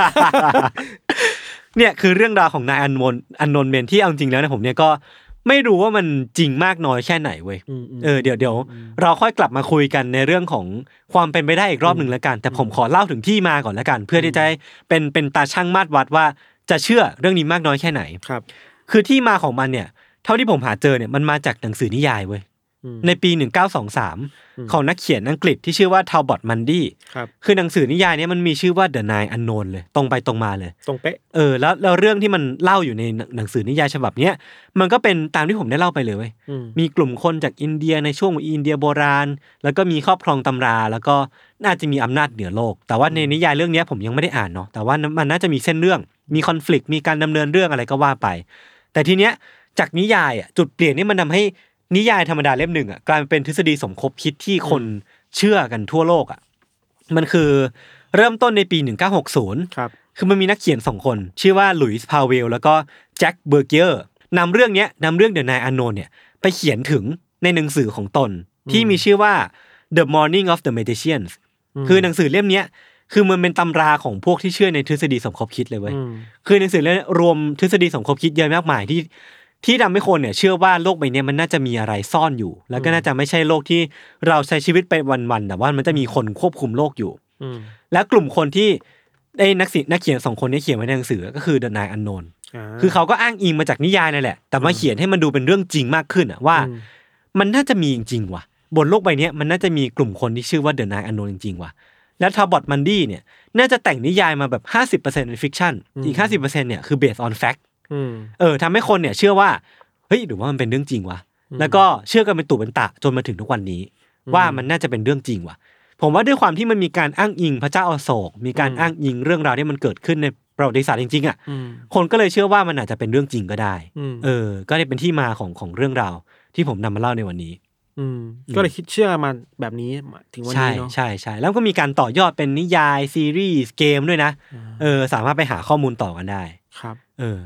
เนี่ยคือเรื่องราวของ Nine Unknown Unknown Men ที่เอาจริงแล้วนะผมเนี่ยก็ไม่รู้ว่ามันจริงมากน้อยแค่ไหนเว้ยเออเดี๋ยวเดี๋ยวเราค่อยกลับมาคุยกันในเรื่องของความเป็นไปได้อีกรอบหนึ่งแล้วกันแต่ผมขอเล่าถึงที่มาก่อนแล้วกันเพื่อที่จะเป็นเป็นตาช่างมาตรวัดว่าจะเชื่อเรื่องนี้มากน้อยแค่ไหนครับคือที่มาของมันเนี่ยเท่าที่ผมหาเจอเนี่ยมันมาจากหนังสือนิยายเว้ยในปีหนึ่งพันเก้าร้อยยี่สิบสามของนักเขียนอังกฤษที่ชื่อว่าทาวบอตมันดี้คือหนังสือนิยายนี้มันมีชื่อว่า The Nine Unknown เลยตรงไปตรงมาเลยตรงเป๊ะเออแล้วแล้วเรื่องที่มันเล่าอยู่ในหนังสือนิยายฉบับเนี้ยมันก็เป็นตามที่ผมได้เล่าไปเลยเว้ยมีกลุ่มคนจากอินเดียในช่วงอินเดียโบราณแล้วก็มีครอบครองตำราแล้วก็น่าจะมีอำนาจเหนือโลกแต่ว่าในนิยายเรื่องนี้ผมยังไม่ได้อ่านเนาะแต่ว่ามันน่าจะมีเส้นเรื่องมีคอนฟลิกต์มีการดำเนินเรื่องอะไรก็ว่าไปแต่ทีเนี้ยจากนิยายอ่ะจุดเปลี่ยนนี่มันทำให้นิยายธรรมดาเล่มหนึ่งอ่ะกลายเป็นทฤษฎีสมคบคิดที่คนเชื่อกันทั่วโลกอ่ะมันคือเริ่มต้นในปีหนึ่งเก้าหกศูนย์ครับคือมันมีนักเขียนสองคนชื่อว่าหลุยส์พาวเวลแล้วก็แจ็คเบอร์เกียร์นำเรื่องนี้นำเรื่อง The Nine Unknown เนี่ยไปเขียนถึงในหนังสือของตนที่มีชื่อว่า The Morning of the Magicians คือหนังสือเล่มนี้คือมันเป็นตำราของพวกที่เชื่อในทฤษฎีสมคบคิดเลยเว้ยคือหนังสือเล่มรวมทฤษฎีสมคบคิดเยอะมากมายที่ที่ทำให้คนเนี่ยเชื่อว่าโลกใบนี้มันน่าจะมีอะไรซ่อนอยู่แล้วก็น่าจะไม่ใช่โลกที่เราใช้ชีวิตไปวันๆแต่ว่ามันจะมีคนควบคุมโลกอยู่แล้วกลุ่มคนที่ไอ้นักศิลป์นักเขียนสองคนนี้เขียนไว้ในหนังสือก็คือ The Nine Unknown คือเขาก็อ้างอิงมาจากนิยายนั่นแหละแต่มาเขียนให้มันดูเป็นเรื่องจริงมากขึ้นอ่ะว่ามันน่าจะมีจริงๆว่ะบนโลกใบนี้มันน่าจะมีกลุ่มคนที่ชื่อว่า The Nine Unknown จริงๆว่ะแล้วทาบอตมันดี้เนี่ยน่าจะแต่งนิยายมาแบบ ห้าสิบเปอร์เซ็นต์ เป็นฟิกชันอีก ห้าสิบเปอร์เซ็นต์ เนี่ยคือ based on fact เออทำให้คนเนี่ยเชื่อว่าเฮ้ยหรือว่ามันเป็นเรื่องจริงวะแล้วก็เชื่อกันเป็นตุเป็นตะจนมาถึงทุกวันนี้ว่ามันน่าจะเป็นเรื่องจริงว่ะผมว่าด้วยความที่มันมีการอ้างอิงพระเจ้าอโศกมีการอ้างอิงเรื่องราวที่มันเกิดขึ้นในประวัติศาสตร์จริงๆอ่ะคนก็เลยเชื่อว่ามันอาจจะเป็นเรื่องจริงก็ได้เออก็เลยเป็นที่มาของของเรื่องราวที่ผมนำมาเล่าในวันนี้ก็เลยคิดเชื่อมาแบบนี้ถึงวันนี้เนาะใช่ใช่แล้วก็มีการต่อยอดเป็นนิยายซีรีส์เกมด้วยนะเออสามารถไปหาข้อมูลต่อกันได้ครับเออ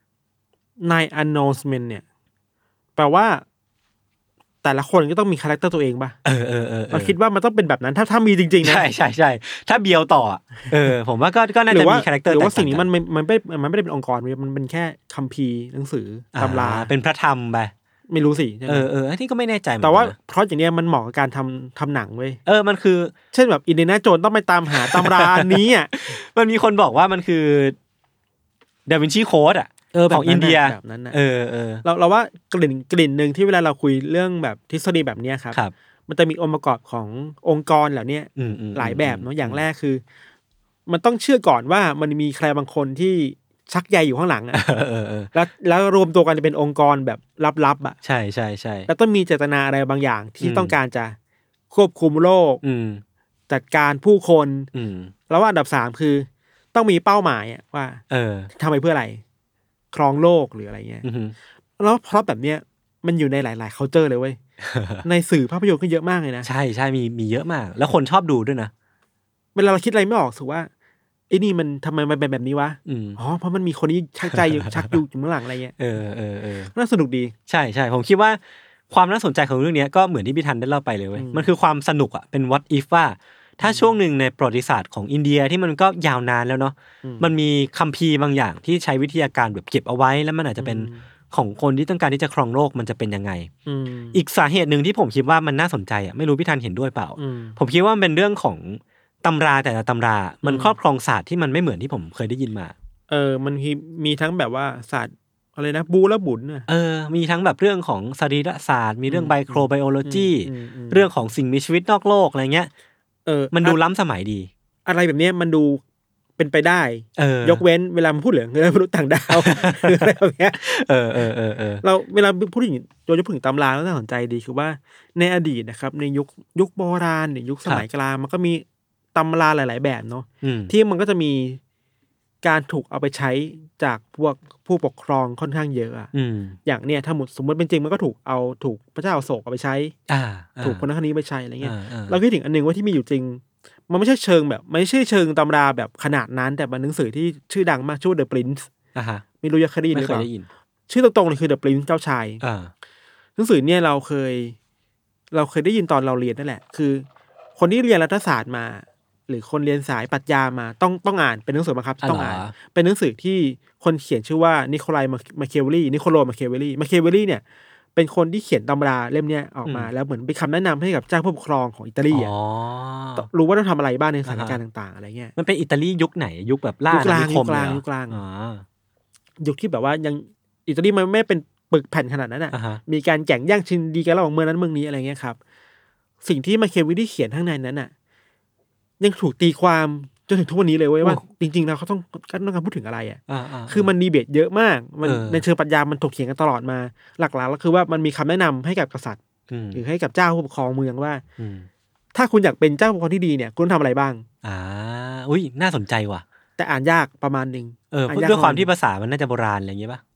Nine Announcement เนี่ยแปลว่าแต่ละคนก็ต้องมีคาแรคเตอร์ตัวเองป่ะเออเออเออเราคิดว่ามันต้องเป็นแบบนั้นถ้าถ้ามีจริงๆนะใช่ใช่ใช่ถ้าเบียวต่อเออผมว่าก็ก็น่าจะมีคาแรคเตอร์หรือว่าสิ่งนี้มันมันไม่มันไม่ได้เป็นองค์กรมันเป็นแค่คัมภีร์หนังสือตำราเป็นพระธรรมไปไม่รู้สิเออเอออันนี้ก็ไม่แน่ใจแต่ว่าเพราะอย่างนี้มันเหมาะกับการทำทำหนังเว้ยเออมันคือเช่นแบบอินเดียนาโจนต้องไปตามหาตำรานี้อ่ะมันมีคนบอกว่ามันคือดาวินชีโค้ดอ่ะของอินเดียแบบนั้นนะเออเออเราเราว่ากลิ่นกลิ่นนึงที่เวลาเราคุยเรื่องแบบทฤษฎีแบบนี้ครับมันจะมีองค์ประกอบขององค์กรเหล่านี้หลายแบบเนาะอย่างแรกคือมันต้องเชื่อก่อนว่ามันมีใครบางคนที่ชักใยอยู่ข้างหลังอ่ะแล้วแล้วรวมตัวกันจะเป็นองค์กรแบบลับๆอ่ะใช่ใช่ใช่แล้วต้องมีเจตนาอะไรบางอย่างที่ต้องการจะควบคุมโลกจัดการผู้คนแล้วว่าอันดับสามคือต้องมีเป้าหมายอ่ะว่าเออทำไปเพื่ออะไรครองโลกหรืออะไรเงี้ยแล้วเพราะแบบเนี้ยมันอยู่ในหลายๆ culture เลยเว้ย ในสื่อภาพยนตร์ก็เยอะมากเลยนะใช่ใช่มีมีเยอะมากแล้วคนชอบดูด้วยนะเวลาเราคิดอะไรไม่ออกสึกว่าไอ้นี่มันทำไมมันเป็นแบบนี้วะอ๋อเพราะมันมีคนที่ชักใจอยู่ ชักอยู่อยู่เบื้องหลังอะไรเงี้ยเออเออเออน่าสนุกดีใช่ใช่ผมคิดว่าความน่าสนใจของเรื่องนี้ก็เหมือนที่พี่ทันได้เล่าไปเลยเว้ยมันคือความสนุกอ่ะเป็น what if ว่าถ้าช่วงหนึ่งในประวัติศาสตร์ของอินเดียที่มันก็ยาวนานแล้วเนาะมันมีคัมภีร์บางอย่างที่ใช้วิทยาการแบบเก็บเอาไว้แล้วมันอาจจะเป็นของคนที่ต้องการที่จะครองโลกมันจะเป็นยังไงอีกสาเหตุหนึ่งที่ผมคิดว่ามันน่าสนใจอ่ะไม่รู้พี่ทันเห็นด้วยเปล่าผมคิดว่ามันเป็นเรื่องของตำราแต่ละตำรามันครอบครองศาสตร์ที่มันไม่เหมือนที่ผมเคยได้ยินมาเออมันมีมีทั้งแบบว่าศาสตร์อะไรนะบูและบุญน่ะเออมีทั้งแบบเรื่องของสรีรศาสตร์มีเรื่องไบโครไบโอโลจีเรื่องของสิ่งมีชีวิตนอกโลกอะไรเงี้ยเออมันดูล้ำสมัยดีอะไรแบบนี้มันดูเป็นไปได้ยกเว้นเวลามันพูดเหลืองเรื่องมนุษย์ต่างดาวอะไรแบบนี้เออเออเออเออเราเวลาพูดถึงโดยเฉพาะถึงตำราแล้วน่าสนใจดีคือว่าในอดีตนะครับในยุคยุคโบราณหรือยุคสมัยกลางมันก็มีตำราหลายๆแบบเนาะที่มันก็จะมีการถูกเอาไปใช้จากพวกผู้ปกครองค่อนข้างเยอะอ่ะอย่างเนี้ยถ้าสมมติเป็นจริงมันก็ถูกเอาถูกพระเจ้าอโศกเอาไปใช้ถูกคนนั้นคนนี้ไปใช้อะไรเงี้ยเราคิดถึงอันนึงว่าที่มีอยู่จริงมันไม่ใช่เชิงแบบไม่ใช่เชิงตำราแบบขนาดนั้นแต่เป็นหนังสือที่ชื่อดังมากชื่อ The Prince อ่าฮะไม่รู้เคยได้ยินหรือเปล่าชื่อตรงๆเลยคือ The Prince เจ้าชายหนังสือเนี่ยเราเคยเราเคยได้ยินตอนเราเรียนนั่นแหละคือคนที่เรียนรัฐศาสตร์มาหรือคนเรียนสายปรัชญามาต้องต้องอ่านเป็นหนังสือบังคับต้องอ่านเป็นหนังสือที่คนเขียนชื่อว่านิโคลัยมาเคเวลลี่นิโคโลมาเคเวลลี่มาเคเวลลี่เนี่ยเป็นคนที่เขียนตำราเล่มนี้ออกมาแล้วเหมือนเป็นคำแนะนำให้กับเจ้าผู้ปกครองของอิตาลีอ่ะรู้ว่าต้องทำอะไรบ้างในสถานการณ์ต่างๆอะไรเงี้ยมันเป็นอิตาลียุคไหนยุคแบบล่าอาณานิคมยุคกลางยุคที่แบบว่ายังอิตาลีมันไม่เป็นปึกแผ่นขนาดนั้นอ่ะมีการแข่งแย่งชิงดีกันระหว่างเมืองนั้นเมืองนี้อะไรเงี้ยครับสิ่งที่มาเคเวลลี่เขียนข้างในนั้นอ่ะยังถูกตีความจนถึงทุกวันนี้เลยเว้ยว่าจริงๆแล้วเขาต้องต้องการพูดถึงอะไรอ่ะคือมันดีเบตเยอะมากมันในเชิงปรัชญามันถกเถียงกันตลอดมาหลักๆแล้วคือว่ามันมีคำแนะนำให้กับกษัตริย์หรือให้กับเจ้าผู้ปกครองเมืองว่าถ้าคุณอยากเป็นเจ้าผู้ปกครองที่ดีเนี่ยคุณทำอะไรบ้างอ่าอุ้ยน่าสนใจว่ะแต่อ่านยากประมาณนึงเออด้วยความที่ภาษามันน่าจะโบราณอะไรอย่างเงี้ยป่ะ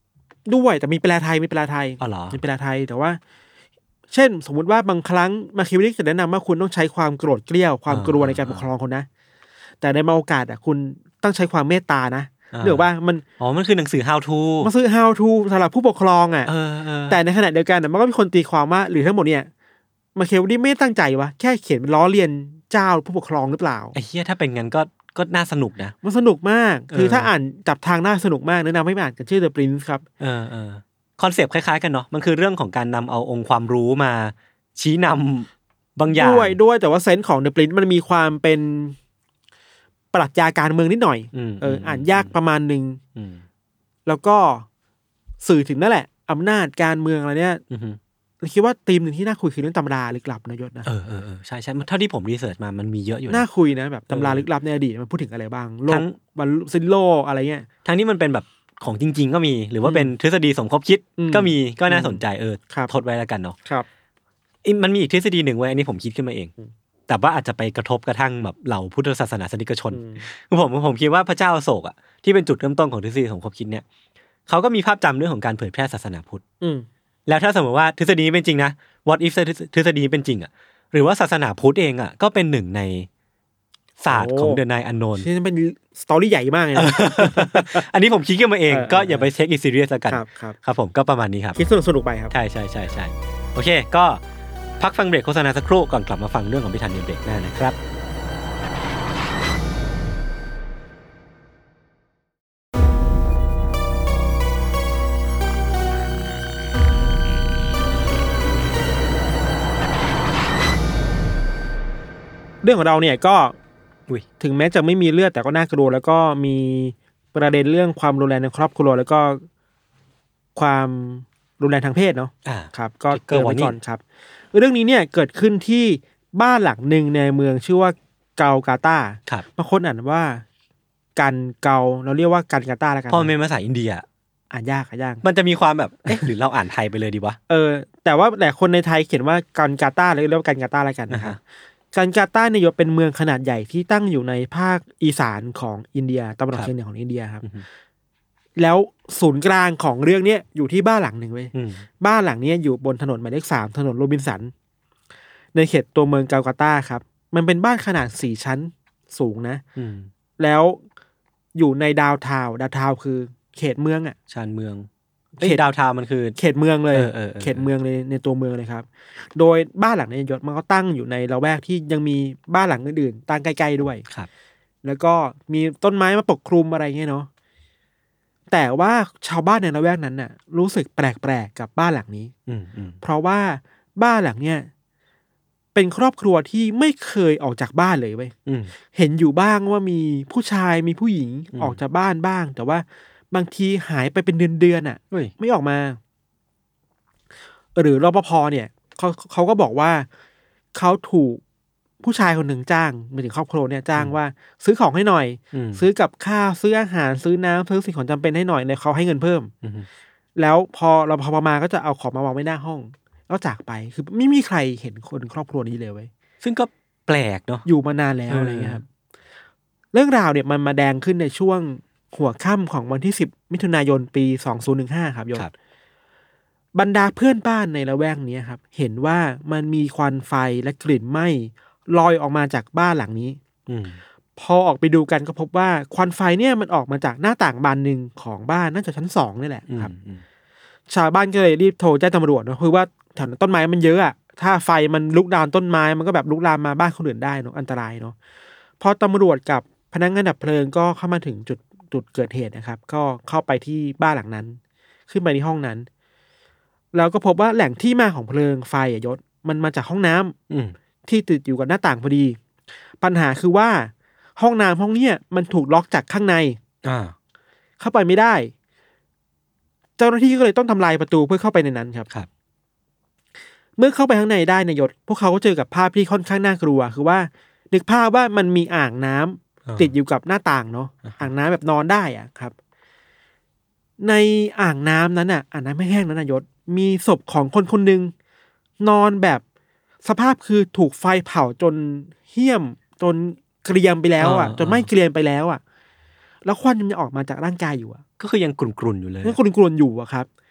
ด้วยแต่มีแปลไทยมีแปลไทยอ๋อเหรอมีแปลไทยแต่ว่า เช่นสมมุติว่าบางครั้งมาคิเวลลี่จะแนะนำว่าคุณต้องใช้ความโกรธเกรี้ยวความกลัวในการปกครองคนนะแต่ในบางโอกาสอ่ะคุณต้องใช้ความเมตตานะเรื่องว่ามันอ๋อมันคือหนังสือ how to มันคือ how to สำหรับผู้ปกครองอ่ะเออเออแต่ในขณะเดียวกันมันก็มีคนตีความว่าหรือทั้งหมดเนี่ยมาคิเวลลี่ไม่ตั้งใจวะแค่เขียนล้อเลียนเจ้าผู้ปกครองหรือเปล่าไอ้เหี้ยถ้าเป็นงั้นก็ก็น่าสนุกนะมันสนุกมากคือถ้าอ่านจับทางน่าสนุกมากแนะนำให้อ่านกันชื่อ The Prince ครับเออเออคอนเซปต์คล้ายๆกันเนาะมันคือเรื่องของการนำเอาองค์ความรู้มาชี้นำบางอย่างด้วยด้วยแต่ว่าเซนส์ของ The Prince มันมีความเป็นปรัชญาการเมืองนิดหน่อยเอออ่านยากประมาณนึงแล้วก็สื่อถึงนั่นแหละอำนาจการเมืองอะไรเนี่ยเราคิดว่าธีมหนึ่งที่น่าคุยคือเรื่องตำราลึกลับนะยศนะเออเออเออใช่ใช่เท่าที่ผมรีเสิร์ชมามันมีเยอะอยู่น่าคุยนะแบบตำราลึกลับในอดีตมันพูดถึงอะไรบ้างโลกวันซิโลอะไรเงี้ยทั้งนี้มันเป็นแบบของจริงๆก็มีหรือว่าเป็นทฤษฎีสมคบคิดก็มีก็น่าสนใจเออทดไว้แล้วกันเนาะครับมันมีอีกทฤษฎีหนึ่งไว้อันนี้ผมคิดขึ้นมาเองแต่ว่าอาจจะไปกระทบกระทั่งแบบเหล่าพุทธศาสนาสนิกชนคือผมผมคิดว่าพระเจ้าอโศกอ่ะที่เป็นจุดเริ่มต้นของทฤษฎีสมคบคิดเนี่ยเขาก็มีภาพจำเรื่องของการเผยแพร่ศาสนาพุทธแล้วถ้าสมมติว่าทฤษฎีนี้เป็นจริงนะ what if ทฤษฎีนี้เป็นจริงอ่ะหรือว่าศาสนาพุทธเองอ่ะก็เป็นหนึ่งในศาสตร์ของ The Nine Unknown ที่เป็นสตอรี่ใหญ่มากเลยอันนี้ผมคิดขึ้นมาเองก็อย่าไปเทคอิทซีเรียสแล้วกันครับครับผมก็ประมาณนี้ครับคิดสนุกๆไปครับใช่ใช่ใช่ใช่โอเคก็พักฟังเบรกโฆษณาสักครู่ก่อนกลับมาฟังเรื่องของพิธันในเบรกหน้านะครับเรื่องของเราเนี่ยก็ถึงแม้จะไม่มีเลือดแต่ก็น่ากลัวแล้วก็มีประเด็นเรื่องความรุนแรงในครอบครัวแล้วก็ความรุนแรงทางเพศเนาะครับก็เกิดไว้ก่อนครับเรื่องนี้เนี่ยเกิดขึ้นที่บ้านหลังหนึ่งในเมืองชื่อว่าเกากาตาบางคนอ่านว่ากันเกาเราเรียกว่ากันกาตาแล้วกันพอเป็นภาษาอินเดียอ่านยากอ่านยากมันจะมีความแบบเอ๊ะหรือเราอ่านไทยไปเลยดีวะเออแต่ว่าแต่คนในไทยเขียนว่ากันกาตาเรียกว่ากันกาตาแล้วกันนะฮะกันกาตาเนี่ยเป็นเมืองขนาดใหญ่ที่ตั้งอยู่ในภาคอีสานของอินเดียตะวันออกเฉียงเหนือของอินเดียครับแล้วศูนย์กลางของเรื่องนี้อยู่ที่บ้านหลังหนึ่งเว้ยบ้านหลังนี้อยู่บนถนนหมายเลขสามถนนโรบินสันในเขตตัวเมืองเกากาตาครับมันเป็นบ้านขนาดสี่ชั้นสูงนะแล้วอยู่ในดาวทาวดาวทาวคือเขตเมืองอ่ะชานเมืองเขตดาวทาวมันคือเขตเมืองเลยเขตเมืองในในตัวเมืองเลยครับโดยบ้านหลังนี้ยศมันก็ตั้งอยู่ในละแวกที่ยังมีบ้านหลังอื่นๆตั้งใกล้ๆด้วยครับแล้วก็มีต้นไม้มาปกคลุมอะไรเงี้ยเนาะแต่ว่าชาวบ้านในละแวกนั้นน่ะรู้สึกแปลกๆกับบ้านหลังนี้เพราะว่าบ้านหลังเนี้ยเป็นครอบครัวที่ไม่เคยออกจากบ้านเลยเว้ยเห็นอยู่บ้างว่ามีผู้ชายมีผู้หญิงออกจากบ้านบ้างแต่ว่าบางทีหายไปเป็นเดือนๆอ่ะไม่ออกมาหรือรปภเนี่ยเขาเขาก็บอกว่าเขาถูกผู้ชายคนหนึ่งจ้างมาถึงครอบครัวเนี่ยจ้างว่าซื้อของให้หน่อยซื้อกับข้าวซื้ออาหารซื้อน้ำซื้อสิ่งของจำเป็นให้หน่อยเนี่ยเขาให้เงินเพิ่มแล้วพอรปภมาก็จะเอาของมาวางไว้หน้าห้องแล้วจากไปคือไม่มีใครเห็นคนครอบครัวนี้เลยเว้ยซึ่งก็แปลกเนาะอยู่มานานแล้วอะไรเงี้ยครับเรื่องราวเนี่ยมันมาแดงขึ้นในช่วงหัวค่ำของวันที่สิบมิถุนายนปีสองพันสิบห้าครับโยมบรรดาเพื่อนบ้านในละแวกนี้ครับเห็นว่ามันมีควันไฟและกลิ่นไหม้ลอยออกมาจากบ้านหลังนี้พอออกไปดูกันก็พบว่าควันไฟเนี่ยมันออกมาจากหน้าต่างบานหนึ่งของบ้านน่าจะชั้นสองนี่แหละครับชาวบ้านก็เลยรีบโทรแจ้งตำรวจนะคือว่าแถวต้นไม้มันเยอะอะถ้าไฟมันลุกลามต้นไม้มันก็แบบลุกลามมาบ้านคนอื่นได้เนาะอันตรายเนาะพอตำรวจกับพนักงานดับเพลิงก็เข้ามาถึงจุดจุดเกิดเหตุนะครับก็เข้าไปที่บ้านหลังนั้นขึ้นไปที่ห้องนั้นแล้วก็พบว่าแหล่งที่มาของเพลิงไฟอ่ะยศมันมาจากห้องน้ำที่ติดอยู่กับหน้าต่างพอดีปัญหาคือว่าห้องน้ำห้องเนี้ยมันถูกล็อกจากข้างในเข้าไปไม่ได้เจ้าหน้าที่ก็เลยต้องทำลายประตูเพื่อเข้าไปในนั้นครับครับเมื่อเข้าไปข้างในได้นายศพวกเขาก็เจอกับภาพที่ค่อนข้างน่ากลัวคือว่านึกภาพว่ามันมีอ่างน้ำติดอยู่กับหน้าต่างเนาะอ่างน้ำแบบนอนได้อ่ะครับในอ่างน้ำนั้นอ่ะอ่างน้ำไม่แห้งนั้นนายศมีศพของคนคนหนึ่งนอนแบบสภาพคือถูกไฟเผาจนเหี้ยมจนเกรียมไปแล้วอ่ะจนไม่เกรียมไปแล้วอ่ะแล้วควันมันยังออกมาจากร่างกายอยู่อ่ะก็คือยังกรุ่นๆอยู่เลยยังกรุ่นๆอยู่อ่ะครับ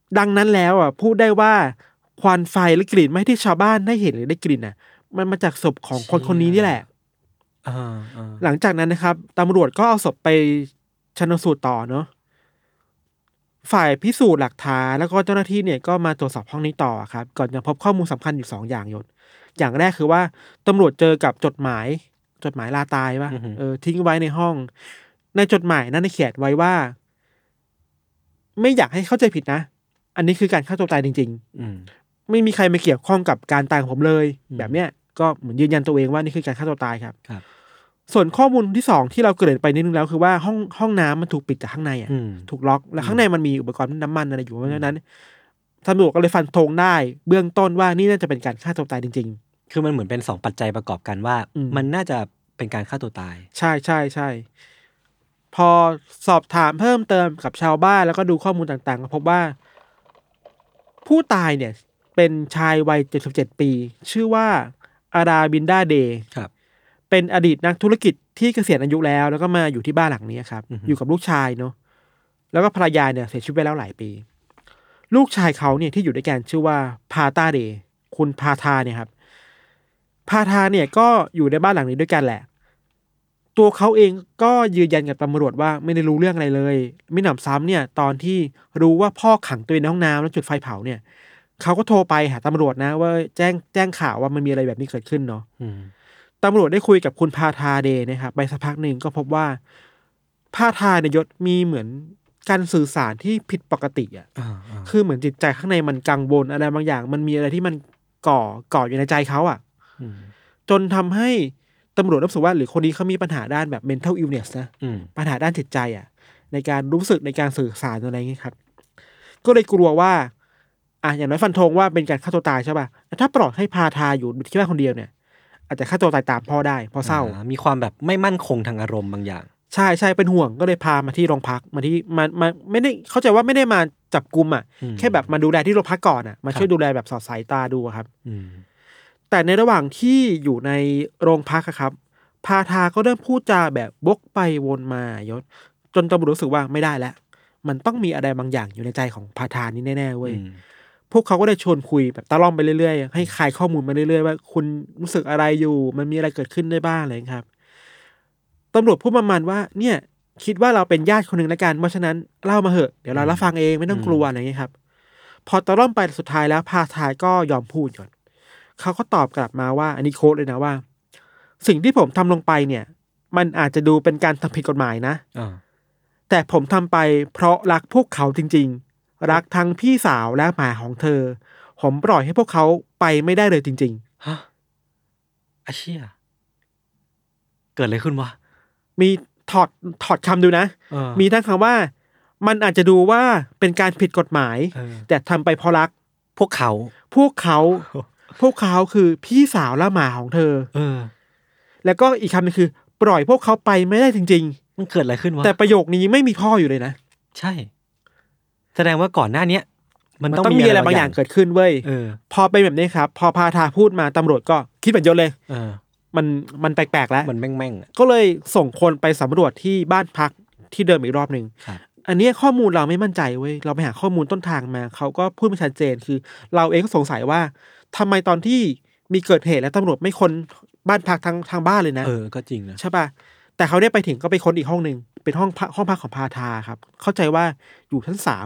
ดังนั้นแล้วอ่ะพูดได้ว่าควันไฟและกลิ่นไหม้ที่ชาวบ้านได้เห็นหรือได้กลิ่นอ่ะมันมาจากศพของคนคนนี้นี่แหละอ่าอ่าหลังจากนั้นนะครับตำรวจก็เอาศพไปชันสูตรต่อเนาะฝ่ายพิสูจน์หลักฐานแล้วก็เจ้าหน้าที่เนี่ยก็มาตรวจสอบห้องนี้ต่อครับก่อนจะพบข้อมูลสำคัญอยู่สองอย่างยศอย่างแรกคือว่าตำรวจเจอกับจดหมายจดหมายลาตายป่ะเออทิ้งไว้ในห้องในจดหมายนั้นเขียนไว้ว่าไม่อยากให้เข้าใจผิดนะอันนี้คือการฆ่าตัวตายจริงๆไม่มีใครมาเกี่ยวข้องกับการตายของผมเลยแบบเนี้ยก็เหมือนยืนยันตัวเองว่านี่คือการฆ่าตัวตายครับครับส่วนข้อมูลที่สองที่เราเกริ่นไปนิดนึงแล้วคือว่าห้องห้องน้ำมันถูกปิดจากข้างในอ่ะถูกล็อกแล้วข้างในมันมีอุปกรณ์น้ำมันอะไรอยู่เพราะฉะนั้นตำรวจก็เลยฟันธงได้เบื้องต้นว่านี่น่าจะเป็นการฆ่าตัวตายจริงๆคือมันเหมือนเป็นสองปัจจัยประกอบกันว่ามันน่าจะเป็นการฆ่าตัวตายใช่ใช่ใช่พอสอบถามเพิ่มเติมกับชาวบ้านแล้วก็ดูข้อมูลต่างๆก็พบว่าผู้ตายเนี่ยเป็นชายวัยเจ็ดสิบเจ็ดปีชื่อว่าอาราบินดาเดย์เป็นอดีตนักธุรกิจที่เกษียณอายุแล้วแล้วก็มาอยู่ที่บ้านหลังนี้ครับ uh-huh. อยู่กับลูกชายเนาะแล้วก็ภรรยาเนี่ยเสียชีวิตไปแล้วหลายปีลูกชายเขาเนี่ยที่อยู่ด้วยกันชื่อว่าพาตาเดย์คุณพาทาเนี่ยครับพาทาเนี่ยก็อยู่ในบ้านหลังนี้ด้วยกันแหละตัวเขาเองก็ยืนยันกับตำรวจว่าไม่ได้รู้เรื่องอะไรเลยมิหนำซ้ำเนี่ยตอนที่รู้ว่าพ่อขังตัวเองในห้องน้ำแล้วจุดไฟเผาเนี่ยเขาก็โทรไปหาตำรวจนะว่าแจ้งแจ้งข่าวว่ามันมีอะไรแบบนี้เกิดขึ้นเนาะตำรวจได้คุยกับคุณพาทาเดย์นะครับไปสักพักหนึ่งก็พบว่าพาทาในยศมีเหมือนการสื่อสารที่ผิดปกติอ่ะคือเหมือนจิตใจข้างในมันกังวลอะไรบางอย่างมันมีอะไรที่มันก่อก่ออยู่ในใจเขาอ่ะจนทำให้ตำรวจรู้สึกว่าหรือคนนี้เขามีปัญหาด้านแบบ mental illness นะปัญหาด้านจิตใจอ่ะในการรู้สึกในการสื่อสารอะไรอย่างนี้ครับก็เลยกลัวว่าอ่ะอย่างน้อยฟันธงว่าเป็นการฆ่าตัวตายใช่ป่ะแต่ถ้าปล่อยให้พาทาอยู่ที่บ้านคนเดียวเนี่ยอาจจะฆ่าตัวตายตามพ่อได้เพราะเศร้ามีความแบบไม่มั่นคงทางอารมณ์บางอย่างใช่ใช่เป็นห่วงก็เลยพามาที่โรงพักมาที่มามาไม่ได้เข้าใจว่าไม่ได้มาจับกุมอ่ะแค่แบบมาดูแลที่โรงพักก่อนอ่ะมาช่วยดูแลแบบสอดสายตาดูครับแต่ในระหว่างที่อยู่ในโรงพักครับพาทาก็เริ่มพูดจาแบบวกไปวนมายศจนตำรวจรู้สึกว่าไม่ได้แล้วมันต้องมีอะไรบางอย่างอยู่ในใจของพาทานี้แน่ๆเว้ยพวกเขาก็ได้ชวนคุยแบบตะล่อมไปเรื่อยๆให้คลายข้อมูลมาเรื่อยๆว่าคุณรู้สึกอะไรอยู่มันมีอะไรเกิดขึ้นได้บ้างอะไรครับตำรวจพูดประมาณว่าเนี่ยคิดว่าเราเป็นญาติคนหนึ่งแล้วกันเพราะฉะนั้นเล่ามาเหอะเดี๋ยวเรารับฟังเองไม่ต้องกลัวอะไรอย่างเงี้ยครับพอตะล่อมไปสุดท้ายแล้วพาทาก็ยอมพูดก่อนเขาก็ตอบกลับมาว่าอันนี้โค้ดเลยนะว่าสิ่งที่ผมทำลงไปเนี่ยมันอาจจะดูเป็นการทำผิดกฎหมายนะแต่ผมทำไปเพราะรักพวกเขาจริงๆรักทั้งพี่สาวและหมาของเธอผมปล่อยให้พวกเขาไปไม่ได้เลยจริงๆฮะอาเชี่ยเกิดอะไรขึ้นวะมีถอดถอดคำดูนะมีทั้งคำว่ามันอาจจะดูว่าเป็นการผิดกฎหมายแต่ทำไปเพราะรักพวกเขาพวกเขาพวกเขาคือพี่สาวและหมาของเธอเออแล้วก็อีกคำนึงคือปล่อยพวกเขาไปไม่ได้จริงๆมันเกิดอะไรขึ้นวะแต่ประโยคนี้ไม่มีพ่ออยู่เลยนะใช่แสดงว่าก่อนหน้านี้มันต้องมีอะไรบางอย่างเกิดขึ้นเว้ยพอเป็นแบบนี้ครับพอพาทาพูดมาตำรวจก็คิดเหมือนยศเลยเออมันมันแปลกๆแล้วมันแม่งๆก็เลยส่งคนไปสำรวจที่บ้านพักที่เดิมอีกรอบนึงอันนี้ข้อมูลเราไม่มั่นใจเว้ยเราไปหาข้อมูลต้นทางมาเขาก็พูดไม่ชัดเจนคือเราเองก็สงสัยว่าทำไมตอนที่มีเกิดเหตุแล้วตำรวจไม่ค้นบ้านพักทางทางบ้านเลยนะเออก็จริงนะใช่ป่ะแต่เขาได้ไปถึงก็ไปค้นอีกห้องนึงเป็นห้องห้องพักของพาทาครับเข้าใจว่าอยู่ชั้นสาม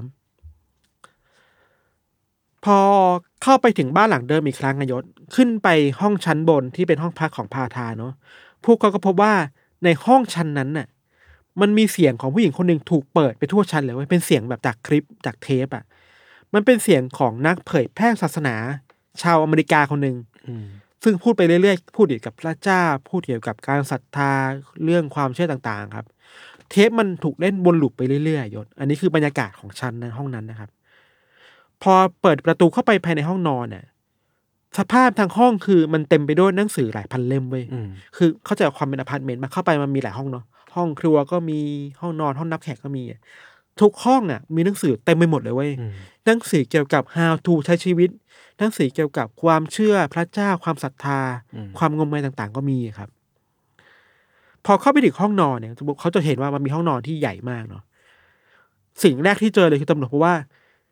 พอเข้าไปถึงบ้านหลังเดิมอีกครั้งนายศขึ้นไปห้องชั้นบนที่เป็นห้องพักของพาทาเนาะพวกเขาก็พบว่าในห้องชั้นนั้นน่ะมันมีเสียงของผู้หญิงคนหนึ่งถูกเปิดไปทั่วชั้นเลยเว้ยเป็นเสียงแบบจากคลิปจากเทปอ่ะมันเป็นเสียงของนักเผยแพร่ศาสนาชาวอเมริกาคนหนึ่งซึ่งพูดไปเรื่อยๆพูดเกี่ยวกับพระเจ้าพูดเกี่ยวกับการศรัทธาเรื่องความเชื่อต่างๆครับเทปมันถูกเล่นวนลูปไปเรื่อยๆยศอันนี้คือบรรยากาศของชั้นในห้องนั้นนะครับพอเปิดประตูเข้าไปภายในห้องนอนน่ะสภาพทางห้องคือมันเต็มไปด้วยหนังสือหลายพันเล่มเว้ยคือเข้าใจความเป็นอพาร์ตเมนต์มาเข้าไปมันมีหลายห้องเนาะห้องครัวก็มีห้องนอนห้องรับแขกก็มีทุกห้องอ่ะมีหนังสือเต็มไปหมดเลยเว้ยหนังสือเกี่ยวกับ how to ใช้ชีวิตหนังสือเกี่ยวกับความเชื่อพระเจ้าความศรัทธาความงมงายต่างๆก็มีครับพอเข้าไปถึงห้องนอนเนี่ยเขาจะเห็นว่ามันมีห้องนอนที่ใหญ่มากเนาะสิ่งแรกที่เจอเลยคือตำรวจเพราะว่า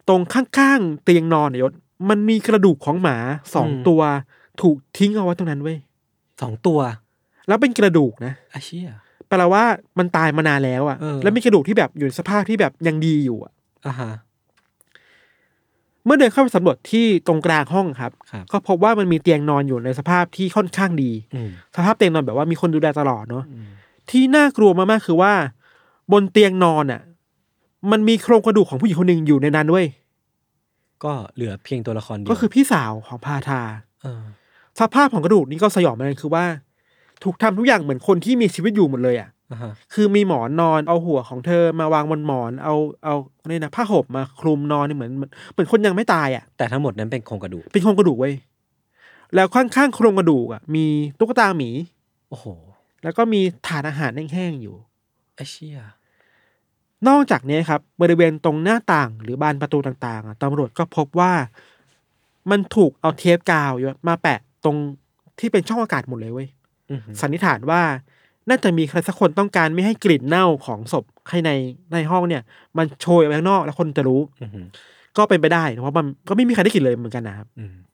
ตรงข้างๆเตียงนอนเนี่ยยศมันมีกระดูกของหมาสองตัวถูกทิ้งเอาไว้ตรงนั้นเว้ยสองตัวแล้วเป็นกระดูกนะไอ้เชี่ยแปลว่ามันตายมานานแล้วอ่ะแล้วมีกระดูกที่แบบอยู่ในสภาพที่แบบยังดีอยู่อ่ะอ่าฮะเมื่อเดินเข้าไปสำรวจที่ตรงกลางห้องครับก็พบว่ามันมีเตียงนอนอยู่ในสภาพที่ค่อนข้างดีสภาพเตียงนอนแบบว่ามีคนดูแลตลอดเนาะที่น่ากลัวมากๆคือว่าบนเตียงนอนอ่ะมันมีโครงกระดูกของผู้หญิงคนหนึ่งอยู่ในนั้นเว้ยก็เหลือเพียงตัวละครเดียวก็คือพี่สาวของพาทาสภาพของกระดูกนี้ก็สยองมากคือว่าถูกทำทุกอย่างเหมือนคนที่มีชีวิตอยู่หมดเลยอ่ะ uh-huh. คือมีหมอนนอนเอาหัวของเธอมาวางบนหมอนเอาเอาเนี่ยนะผ้าห่มมาคลุมนอนนี่เหมือนเหมือนคนยังไม่ตายอ่ะแต่ทั้งหมดนั้นเป็นโครงกระดูกเป็นโครงกระดูกเว้ยแล้วข้างๆโครงกระดูกอ่ะมีตุ๊กตาหมีโอ้โหแล้วก็มีถาดอาหารแห้งๆอยู่ไอ้เชี่ยนอกจากนี้ครับบริเวณตรงหน้าต่างหรือบานประตูต่างๆตำรวจก็พบว่ามันถูกเอาเทปกาวมาแปะตรงที่เป็นช่องอากาศหมดเลยเว้ยสันนิษฐานว่าน่าจะมีใครสักคนต้องการไม่ให้กลิ่นเน่าของศพภายในในห้องเนี่ยมันโชยออกไปข้างนอกแล้วคนจะรู้ก็เป็นไปได้เพราะมันก็ไม่มีใครได้กลิ่นเลยเหมือนกันนะครับ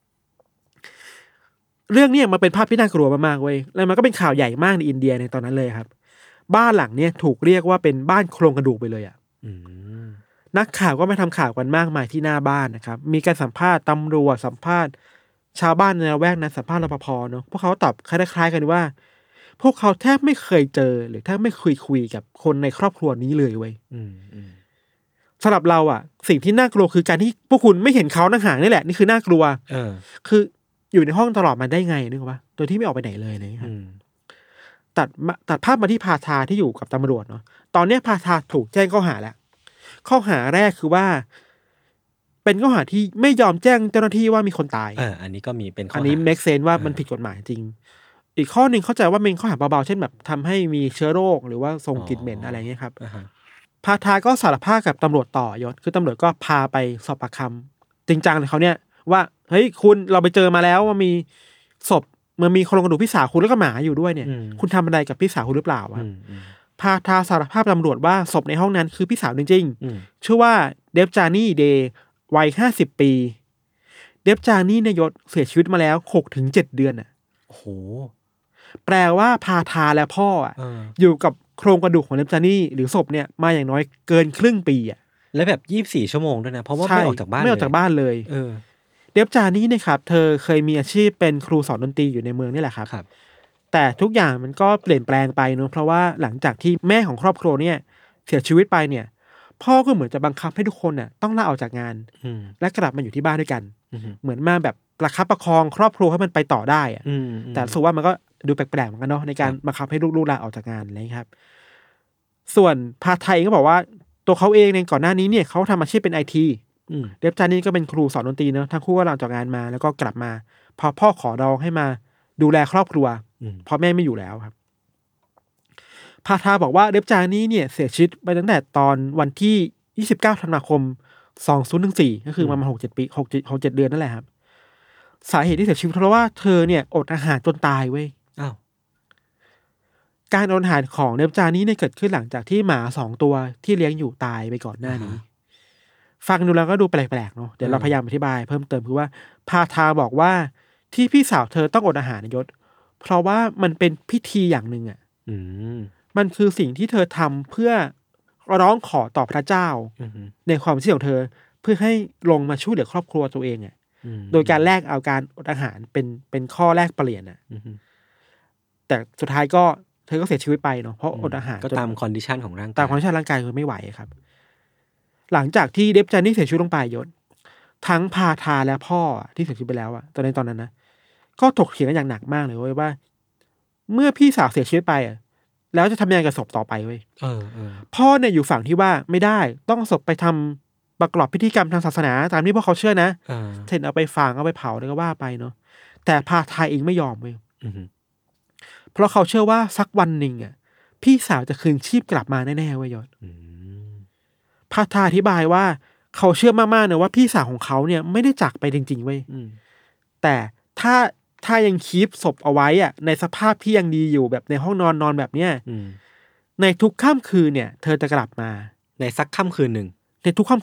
เรื่องนี้มันเป็นภาพที่น่ากลัวมากๆเว้ยแล้วมันก็เป็นข่าวใหญ่มากในอินเดียในตอนนั้นเลยครับบ้านหลังเนี้ยถูกเรียกว่าเป็นบ้านโครงกระดูกไปเลยอ่ะนักข่าวก็มาทำข่าวกันมากมายที่หน้าบ้านนะครับมีการสัมภาษณ์ตำรวจสัมภาษณ์ชาวบ้านในละแวกนั้นสัมภาษณ์รปภเนาะพวกเขาตอบคล้ายๆกันว่าพวกเขาแทบไม่เคยเจอหรือแทบไม่เคยคุยกับคนในครอบครัวนี้เลยเว้ยสำหรับเราอ่ะสิ่งที่น่ากลัวคือการที่พวกคุณไม่เห็นเขานั่งห่างนี่แหละนี่คือน่ากลัวเออคืออยู่ในห้องตลอดมาได้ไงนึกว่าโดยที่ไม่ออกไปไหนเลยนะครับตัดตัดภาพมาที่พาทาที่อยู่กับตำรวจเนาะตอนนี้พาทาถูกแจ้งข้อหาแล้วข้อหาแรกคือว่าเป็นข้อหาที่ไม่ยอมแจ้งเจ้าหน้าที่ว่ามีคนตายเอออันนี้ก็มีเป็นข้อหาอันนี้เมคเซนส์ว่ามันผิดกฎหมายจริงอีกข้อหนึ่งเข้าใจว่าเป็นข้อหาเบาๆเช่นแบบทำให้มีเชื้อโรคหรือว่าส่งกลิ่นเหม็นอะไรเงี้ยครับพาทาก็สารภาพกับตำรวจต่อยศคือตำรวจก็พาไปสอบปากคำจริงจังเลยเขาเนี่ยว่าเฮ้ยคุณเราไปเจอมาแล้วว่ามีศพมันมีโครงกระดูกพี่สาวคุณแล้วก็หมาอยู่ด้วยเนี่ยคุณทำอะไรกับพี่สาวคุณหรือเปล่าวะพาทาสารภาพตำรวจว่าศพในห้องนั้นคือพี่สาวจริงๆชื่อว่าเดฟจานี่เดย์วัยห้าสิบปีเดฟจานี่นายศเสียชีวิตมาแล้วหกถึงเจ็ดเดือนอ่ะโอ้โหแปลว่าพาทาและพ่ออ่ะอยู่กับโครงกระดูกของเดฟจานี่หรือศพเนี่ยมาอย่างน้อยเกินครึ่งปีอ่ะและแบบยี่สิบสี่ชั่วโมงด้วยนะเพราะว่าไม่ออกจากบ้านไม่ออกจากบ้านเลยเออเดฟจานี่นะครับเธอเคยมีอาชีพเป็นครูสอนดนตรีอยู่ในเมืองนี่แหละครับแต่ทุกอย่างมันก็เปลี่ยนแปลงไปเนอะเพราะว่าหลังจากที่แม่ของครอบครัวเนี่ยเสียชีวิตไปเนี่ยพ่อก็เหมือนจะบังคับให้ทุกคนน่ะต้องลาออกจากงานและกลับมาอยู่ที่บ้านด้วยกันเหมือนมาแบบประคับประคองครอบครัวให้มันไปต่อได้อะแต่รู้สึกว่ามันก็ดูแปลกๆเหมือนกันเนาะในการบังคับให้ลูกๆลาออกจากงานอะไรครับส่วนพาไทยก็บอกว่าตัวเขาเองในก่อนหน้านี้เนี่ยเขาทำอาชีพเป็นไอทีเดฟจานี่ก็เป็นครูสอนดนตรีเนาะทั้งคู่ก็ลาออกจากงานมาแล้วก็กลับมาพอพ่อขอร้องให้มาดูแลครอบครัวเพราะแม่ไม่อยู่แล้วครับพาทาบอกว่าเดฟจานี่เนี่ยเสียชีวิตไปตั้งแต่ตอนวันที่ยี่สิบเก้าธันวาคมสองพันยี่สิบสี่ก็คือประมาณหก เจ็ดปีหก เจ็ดเดือนนั่นแหละครับสาเหตุที่เสียชีวิตเพราะว่าเธอเนี่ยอดอาหารจนตายเว้ยอ้าวการอดอาหารของเดฟจานี่เนี่ยเกิดขึ้นหลังจากที่หมาสองตัวที่เลี้ยงอยู่ตายไปก่อนหน้านี้ฟังดูแล้วก็ดูแปลกๆเนาะเดี๋ยวเราพยายามอธิบายเพิ่มเติมคือว่าพาทาบอกว่าที่พี่สาวเธอต้องอดอาหารยศเพราะว่ามันเป็นพิธีอย่างหนึ่งอ่ะมันคือสิ่งที่เธอทำเพื่อร้องขอต่อพระเจ้าในความเชื่อของเธอเพื่อให้ลงมาช่วยเหลือครอบครัวตัวเองอ่ะโดยการแลกเอาการอดอาหารเป็นเป็นข้อแลกเปลี่ยนอ่ะแต่สุดท้ายก็เธอก็เสียชีวิตไปเนาะเพราะอดอาหารก็ตามคอนดิชันของร่างกายตามคอนดิชันร่างกายคือไม่ไหวครับหลังจากที่เดฟจานี่เสียชีวิตลงไปยศทั้งพาทาและพ่อที่เสียชีวิตไปแล้วอ่ะตอนในตอนนั้นนะก็ถกเถียงกันอย่างหนักมากเลยว่าเมื่อพี่สาวเสียชีวิตไปอ่ะแล้วจะทำยังไงกับศพต่อไปเว้ยเออเออพ่อเนี่ยอยู่ฝั่งที่ว่าไม่ได้ต้องศพไปทำประกอบพิธีกรรมทางศาสนาตามที่พวกเขาเชื่อนะเช่นเอาไปฝังเอาไปเผาแล้วก็ว่าไปเนาะแต่พาทาเองไม่ยอมเว้ยเพราะเขาเชื่อว่าสักวันหนึ่งอ่ะพี่สาวจะคืนชีพกลับมาแน่ๆเว้ยยศพาทาอธิบายว่าเขาเชื่อมากๆนะว่าพี่สาวของเขาเนี่ยไม่ได้จากไปจริงๆเว้ยแต่ถ้าถ้ายังคีปศพเอาไว้อ่ะในสภาพที่ยังดีอยู่แบบในห้องนอนนอนแบบเนี้ยในทุกค่ำคืนเนี่ยเธอจะกลับมาในสักค่ำคืนหนึ่งในทุกค่ำคืนเลย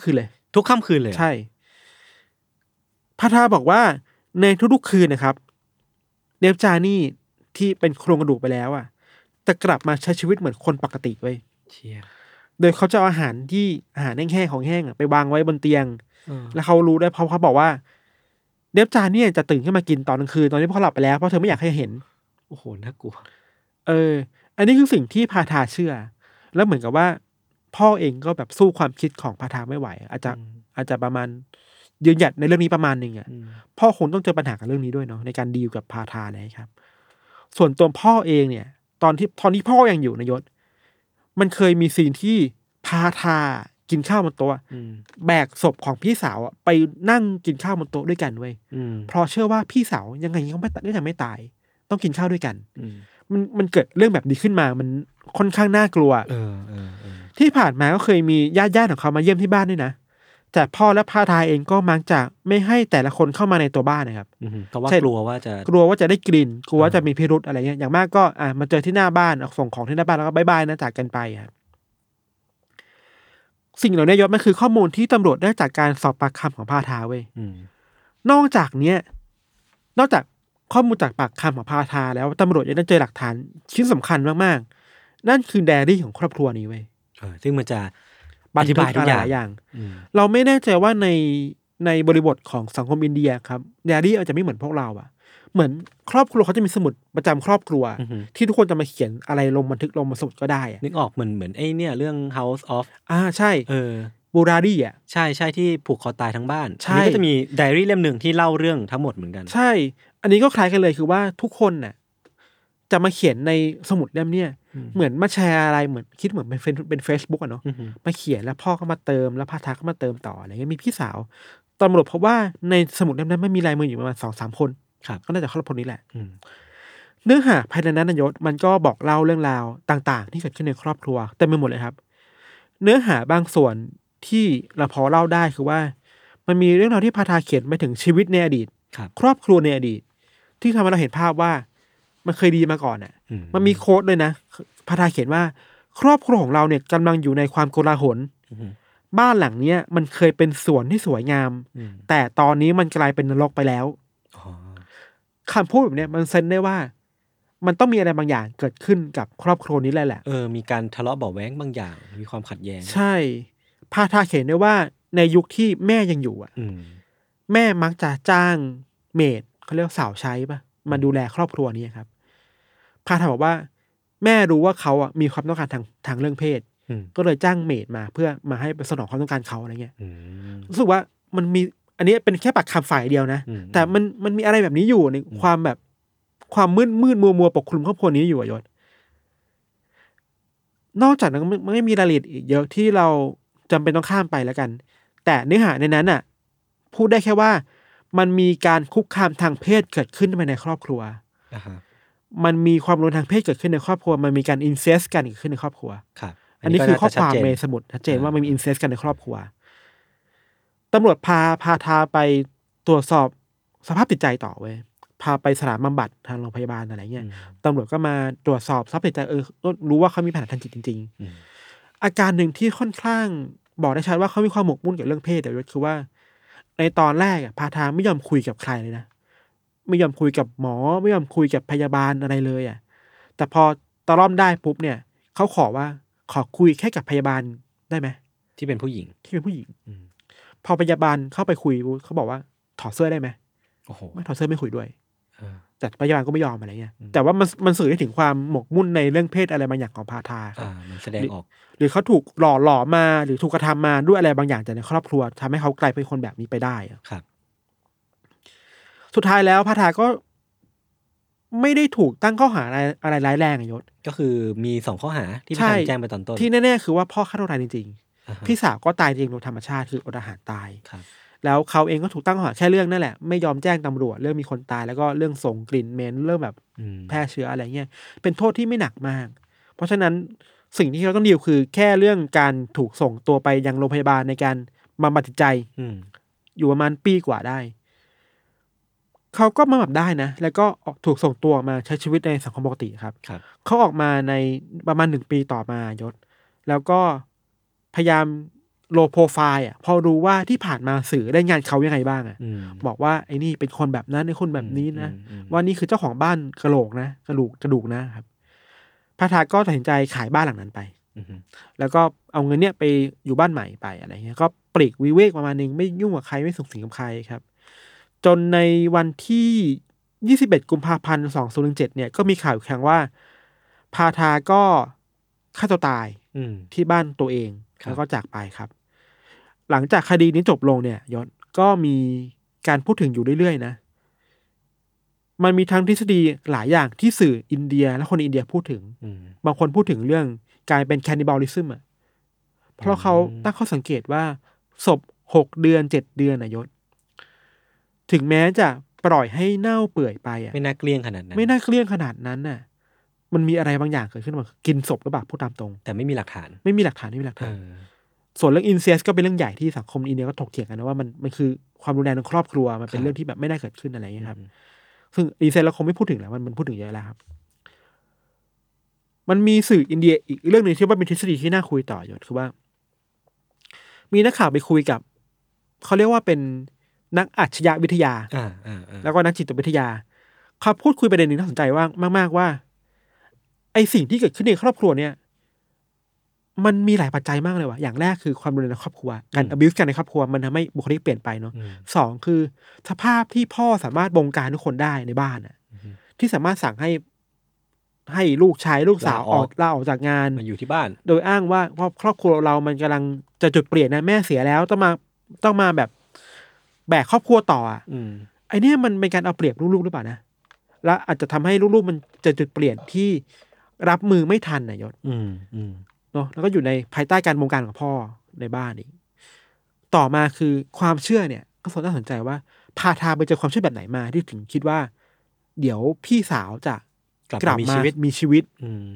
ทุกค่ำคืนเลยใช่พาทาบอกว่าในทุกๆคืนนะครับเนฟจานี่ที่เป็นโครงกระดูกไปแล้วอ่ะจะกลับมาใช้ชีวิตเหมือนคนปกติเว้ยเชี่ยโดยเขาจะเอาอาหารที่อาหารแห้งๆของแห้งไปวางไว้บนเตียงแล้วเขารู้ได้เพราะเขาบอกว่าเนฟจานี่จะตื่นขึ้นมากินตอนกลางคืนตอนที่เขาหลับไปแล้วเพราะเธอไม่อยากให้เห็นโอ้โหน่ากลัวเอออันนี้คือสิ่งที่พาทาเชื่อแล้วเหมือนกับว่าพ่อเองก็แบบสู้ความคิดของพาทาไม่ไหวอาจจะอาจจะประมาณยืนหยัดในเรื่องนี้ประมาณนึงอ่ะพ่อคงต้องเจอปัญหากับเรื่องนี้ด้วยเนาะในการดีลกับพาทาเลยครับส่วนตัวพ่อเองเนี่ยตอนที่ตอนที่พ่อยังอยู่นยศมันเคยมีซีนที่พาทากินข้าวบนโต๊ะแบกศพของพี่สาวไปนั่งกินข้าวบนโต๊ะด้วยกันเว้ยเพราะเชื่อว่าพี่สาวยังไงก็ไม่ก็จะไม่ตายต้องกินข้าวด้วยกันมันมันเกิดเรื่องแบบนี้ขึ้นมามันค่อนข้างน่ากลัวเออเออที่ผ่านมาก็เคยมีญาติญาติของเขามาเยี่ยมที่บ้านด้วยนะแต่พ่อและพาทาเองก็มักจะไม่ให้แต่ละคนเข้ามาในตัวบ้านนะครับเพราะว่ากลัวว่าจะกลัวว่าจะได้กลิ่นกลัวว่าจะมีพิรุธอะไรเงี้ยอย่างมากก็อ่ามาเจอที่หน้าบ้านส่งของที่หน้าบ้านแล้วก็บายบายนะจากกันไปครับสิ่งเหล่านี้ยศมันคือข้อมูลที่ตำรวจได้จากการสอบปากคำของพาทาเว้ยนอกจากเนี้ยนอกจากข้อมูลจากปากคำของพาทาแล้วตำรวจยังได้เจอหลักฐานชิ้นสำคัญมากๆนั่นคือไดอารี่ของครอบครัวนี้เว้ยซึ่งมันจะอธิบายทุกอย่างเราไม่แน่ใจว่าในในบริบทของสังคมอินเดียครับไดอารี่อาจจะไม่เหมือนพวกเราอะเหมือนครอบครัวเขาจะมีสมุดประจำครอบครัวที่ทุกคนจะมาเขียนอะไรลงบันทึกลงมาสมุดก็ได้อะนึกออกเหมือนเหมือนไอ้เนี่ยเรื่อง House of อ่าใช่เออบูรารี่อ่ะใช่ใช่ที่ผูกคอตายทั้งบ้านอันนี้ก็จะมีไดอารี่เล่มหนึ่งที่เล่าเรื่องทั้งหมดเหมือนกันใช่อันนี้ก็คล้ายกันเลยคือว่าทุกคนน่ะจะมาเขียนในสมุดเล่มเนี้ยเหมือนมาแชร์อะไรเหมือนคิดเหมือนเป็นเป็น Facebook อ่ะเนาะมาเขียนแล้วพ่อก็มาเติมแล้วพาทาก็มาเติมต่ออะไรเงี้ยมีพี่สาวตำรวจพบว่าในสมุดเล่มนั้นไม่มีลายมืออยู่ประมาณ สองถึงสาม คนก็น่าจะครอบครัวนี้แหละเนื้อหาภายในนั้นนายศมันก็บอกเล่าเรื่องราวต่างๆที่เกิดขึ้นในครอบครัวเต็มไปหมดเลยครับเนื้อหาบางส่วนที่เราพอเล่าได้คือว่ามันมีเรื่องราวที่พาทาเขียนไปถึงชีวิตในอดีตครอบครัวในอดีตที่ทำให้เราเห็นภาพว่ามันเคยดีมาก่อนอ่ะมันมีโค้ดเลยนะพาทาเขียนว่าครอบครัวของเราเนี่ยกำลังอยู่ในความโกลาหลบ้านหลังเนี้ยมันเคยเป็นสวนที่สวยงามแต่ตอนนี้มันกลายเป็นนรกไปแล้วคำพูดแบบนี้มันเซนได้ว่ามันต้องมีอะไรบางอย่างเกิดขึ้นกับครอบครัวนี้แหละแหละเออมีการทะเลาะเบาะแว้งบางอย่างมีความขัดแย้งใช่พาทาเขียนได้ว่าในยุคที่แม่ยังอยู่อ่ะแม่มักจะจ้างเมดเขาเรียกสาวใช้ป่ะมาดูแลครอบครัวนี้ครับพาทาบอกว่าแม่รู้ว่าเขาอ่ะมีความต้องการทางทางเรื่องเพศก็เลยจ้างเมดมาเพื่อมาให้ไปสนองความต้องการเขาอะไรเงี้ยรู้สึกว่ามันมีอันนี้เป็นแค่ปากคำฝ่ายเดียวนะแต่มันมันมีอะไรแบบนี้อยู่ในความแบบความมืดมืดมัวมัวปกคลุมครอบครัวนี้อยู่อ่ะยศนอกจากนั้นมันไม่มีรายละเอียดอีกเยอะที่เราจำเป็นต้องข้ามไปแล้วกันแต่เนื้อหาในนั้นอ่ะพูดได้แค่ว่ามันมีการคุกคามทางเพศเกิดขึ้นภายในครอบครัว uh-huh. มันมีความรุนแรงทางเพศเกิดขึ้นในครอบครัวมันมีการอินเซสกันเกิดขึ้นในครอบครัวครับอันนี้คือข้อความในสมุดชัดเจนว่ามันมีอินเซสกันในครอบครัวตำรวจพาพาทาไปตรวจสอบสภาพจิตใจต่อเว้ยพาไปสถานบำบัดทางโรงพยาบาลอะไรเงี้ยตำรวจก็มาตรวจสอบสภาพจิตใจเออรู้ว่าเขามีปัญหาทางจิตจริงๆอาการหนึ่งที่ค่อนข้างบอกได้ชัดว่าเขามีความหมกมุ่นกับเรื่องเพศแต่ก็คือว่าในตอนแรกอ่ะพาทาไม่ยอมคุยกับใครเลยนะไม่ยอมคุยกับหมอไม่ยอมคุยกับพยาบาลอะไรเลยอ่ะแต่พอตะล่อมได้ปุ๊บเนี่ยเขาขอว่าขอคุยแค่กับพยาบาลได้ไหมที่เป็นผู้หญิงที่เป็นผู้หญิงพอพยาบาลเข้าไปคุยเขาบอกว่าถอดเสื้อได้ไหมโอ้โหไม่ถอดเสื้อไม่คุยด้วยแต่พยาบาลก็ไม่ยอมอะไรเงี้ยแต่ว่ามันมันสื่อให้ถึงความหมกมุ่นในเรื่องเพศอะไรบางอย่างของพาทาอ่ามันแสดงออกหรือเขาถูกหล่อหลอมมาหรือถูกกระทำมาด้วยอะไรบางอย่างจากในครอบครัวทำให้เขากลายเป็นคนแบบนี้ไปได้ครับสุดท้ายแล้วพาทาก็ไม่ได้ถูกตั้งข้อหาอะไรอะไรร้ายแรงยศก็คือมีสองข้อหาที่พี่แจ้งไปตอนต้นที่แน่ๆคือว่าพ่อฆ่าตัวตายจริงๆพี่สาวก็ตายจริงโดยธรรมชาติคืออดอาหารตายแล้วเขาเองก็ถูกตั้งข้อหาแค่เรื่องนั่นแหละไม่ยอมแจ้งตำรวจเรื่องมีคนตายแล้วก็เรื่องส่งกลิ่นเหม็นเรื่องแบบแพร่เชื้ออะไรเงี้ยเป็นโทษที่ไม่หนักมากเพราะฉะนั้นสิ่งที่เขาต้องดีลคือแค่เรื่องการถูกส่งตัวไปยังโรงพยาบาลในการบำบัดจิตใจอยู่ประมาณปีกว่าได้เขาก็บำบัดได้นะแล้วก็ถูกส่งตัวมาใช้ชีวิตในสังคมปกติครับเขาออกมาในประมาณหนึ่งปีต่อมายศแล้วก็พยายามโลโปรไฟล์อ่ะพอรู้ว่าที่ผ่านมาสื่อได้งานเขายังไงบ้างอ่ะบอกว่าไอ้นี่เป็นคนแบบนั้นไอ้คนแบบนี้นะว่านี่คือเจ้าของบ้านกระโหลกนะกระดูกกระดูกนะครับพาทาก็ตัดสินใจขายบ้านหลังนั้นไปแล้วก็เอาเงินเนี้ยไปอยู่บ้านใหม่ไปอะไรเงี้ยก็ปลีกวิเวกประมาณนึงไม่ยุ่งกับใครไม่สุขสิงกับใครครับจนในวันที่ยี่สิบเอ็ดกุมภาพันธ์สองพันสิบเจ็ดเนี่ยก็มีข่าวอีกครั้งว่าพาทาก็ฆ่าตัวตายที่บ้านตัวเองแล้วก็จากไปครับหลังจากคดีนี้จบลงเนี่ยยศก็มีการพูดถึงอยู่เรื่อยๆนะมันมีทั้งทฤษฎีหลายอย่างที่สื่ออินเดียและคนอินเดียพูดถึงบางคนพูดถึงเรื่องการเป็นแคนนิบาลิซึมอ่ะเพราะเขาตั้งข้อสังเกตว่าศพหกเดือนเจ็ดเดือนนายศถึงแม้จะปล่อยให้เน่าเปื่อยไปอ่ะไม่น่าเกลี้ยงขนาดนั้นไม่น่าเกลี้ยงขนาดนั้นน่ะมันมีอะไรบางอย่างเกิดขึ้นมากินศพหรือเปล่าพูดตามตรงแต่ไม่มีหลักฐานไม่มีหลักฐานไม่มีหลักฐานส่วนเรื่องอินเซสก็เป็นเรื่องใหญ่ที่สังคมอินเดียก็ถกเถียงกันนะว่ามันมันคือความรุนแรงในครอบครัวมันเป็นเรื่องที่แบบไม่น่าเกิดขึ้นอะไรอย่างนี้ครับซึ่งอินเซสเราคงไม่พูดถึงแล้วมันมันพูดถึงเยอะแล้วครับมันมีสื่ออินเดียอีกเรื่องนึงที่ว่าเป็นทฤษฎีที่น่าคุยต่ออยู่คือว่ามีนักข่าวไปคุยกับเขาเรียกว่าเป็นนักอัจฉริยะวิทยาแล้วก็นักจิตวิทยาเขาพูดคุยประเด็นนึงน่าสนใจว่ามากๆว่าไอสิ่งที่เกิดขึ้นในครอบครัวเนี่ยมันมีหลายปัจจัยมากเลยว่ะอย่างแรกคือความรุนแรงในครอบครัวการ abuse กันในครอบครัวมันทำให้บุคลิกเปลี่ยนไปเนาะสองคือสภาพที่พ่อสามารถบงการทุกคนได้ในบ้านอ่ะที่สามารถสั่งให้ให้ลูกชายลูกสาวออกลาออกจากงานมาอยู่ที่บ้านโดยอ้างว่าครอบครัวเรามันกำลังจะจุดเปลี่ยนนะแม่เสียแล้วต้องมาต้องมาแบบแบกครอบครัวต่ออ่ะไอเนี้ยมันเป็นการเอาเปรียบลูกๆหรือเปล่านะและอาจจะทำให้ลูกๆมันจะจุดเปลี่ยนที่รับมือไม่ทันนะยศเนาะแล้วก็อยู่ในภายใต้การบงการของพ่อในบ้านอีกต่อมาคือความเชื่อเนี่ยก็น่าสนใจว่าพาทาไปเจอความเชื่อแบบไหนมาที่ถึงคิดว่าเดี๋ยวพี่สาวจะกลับมามีชีวิต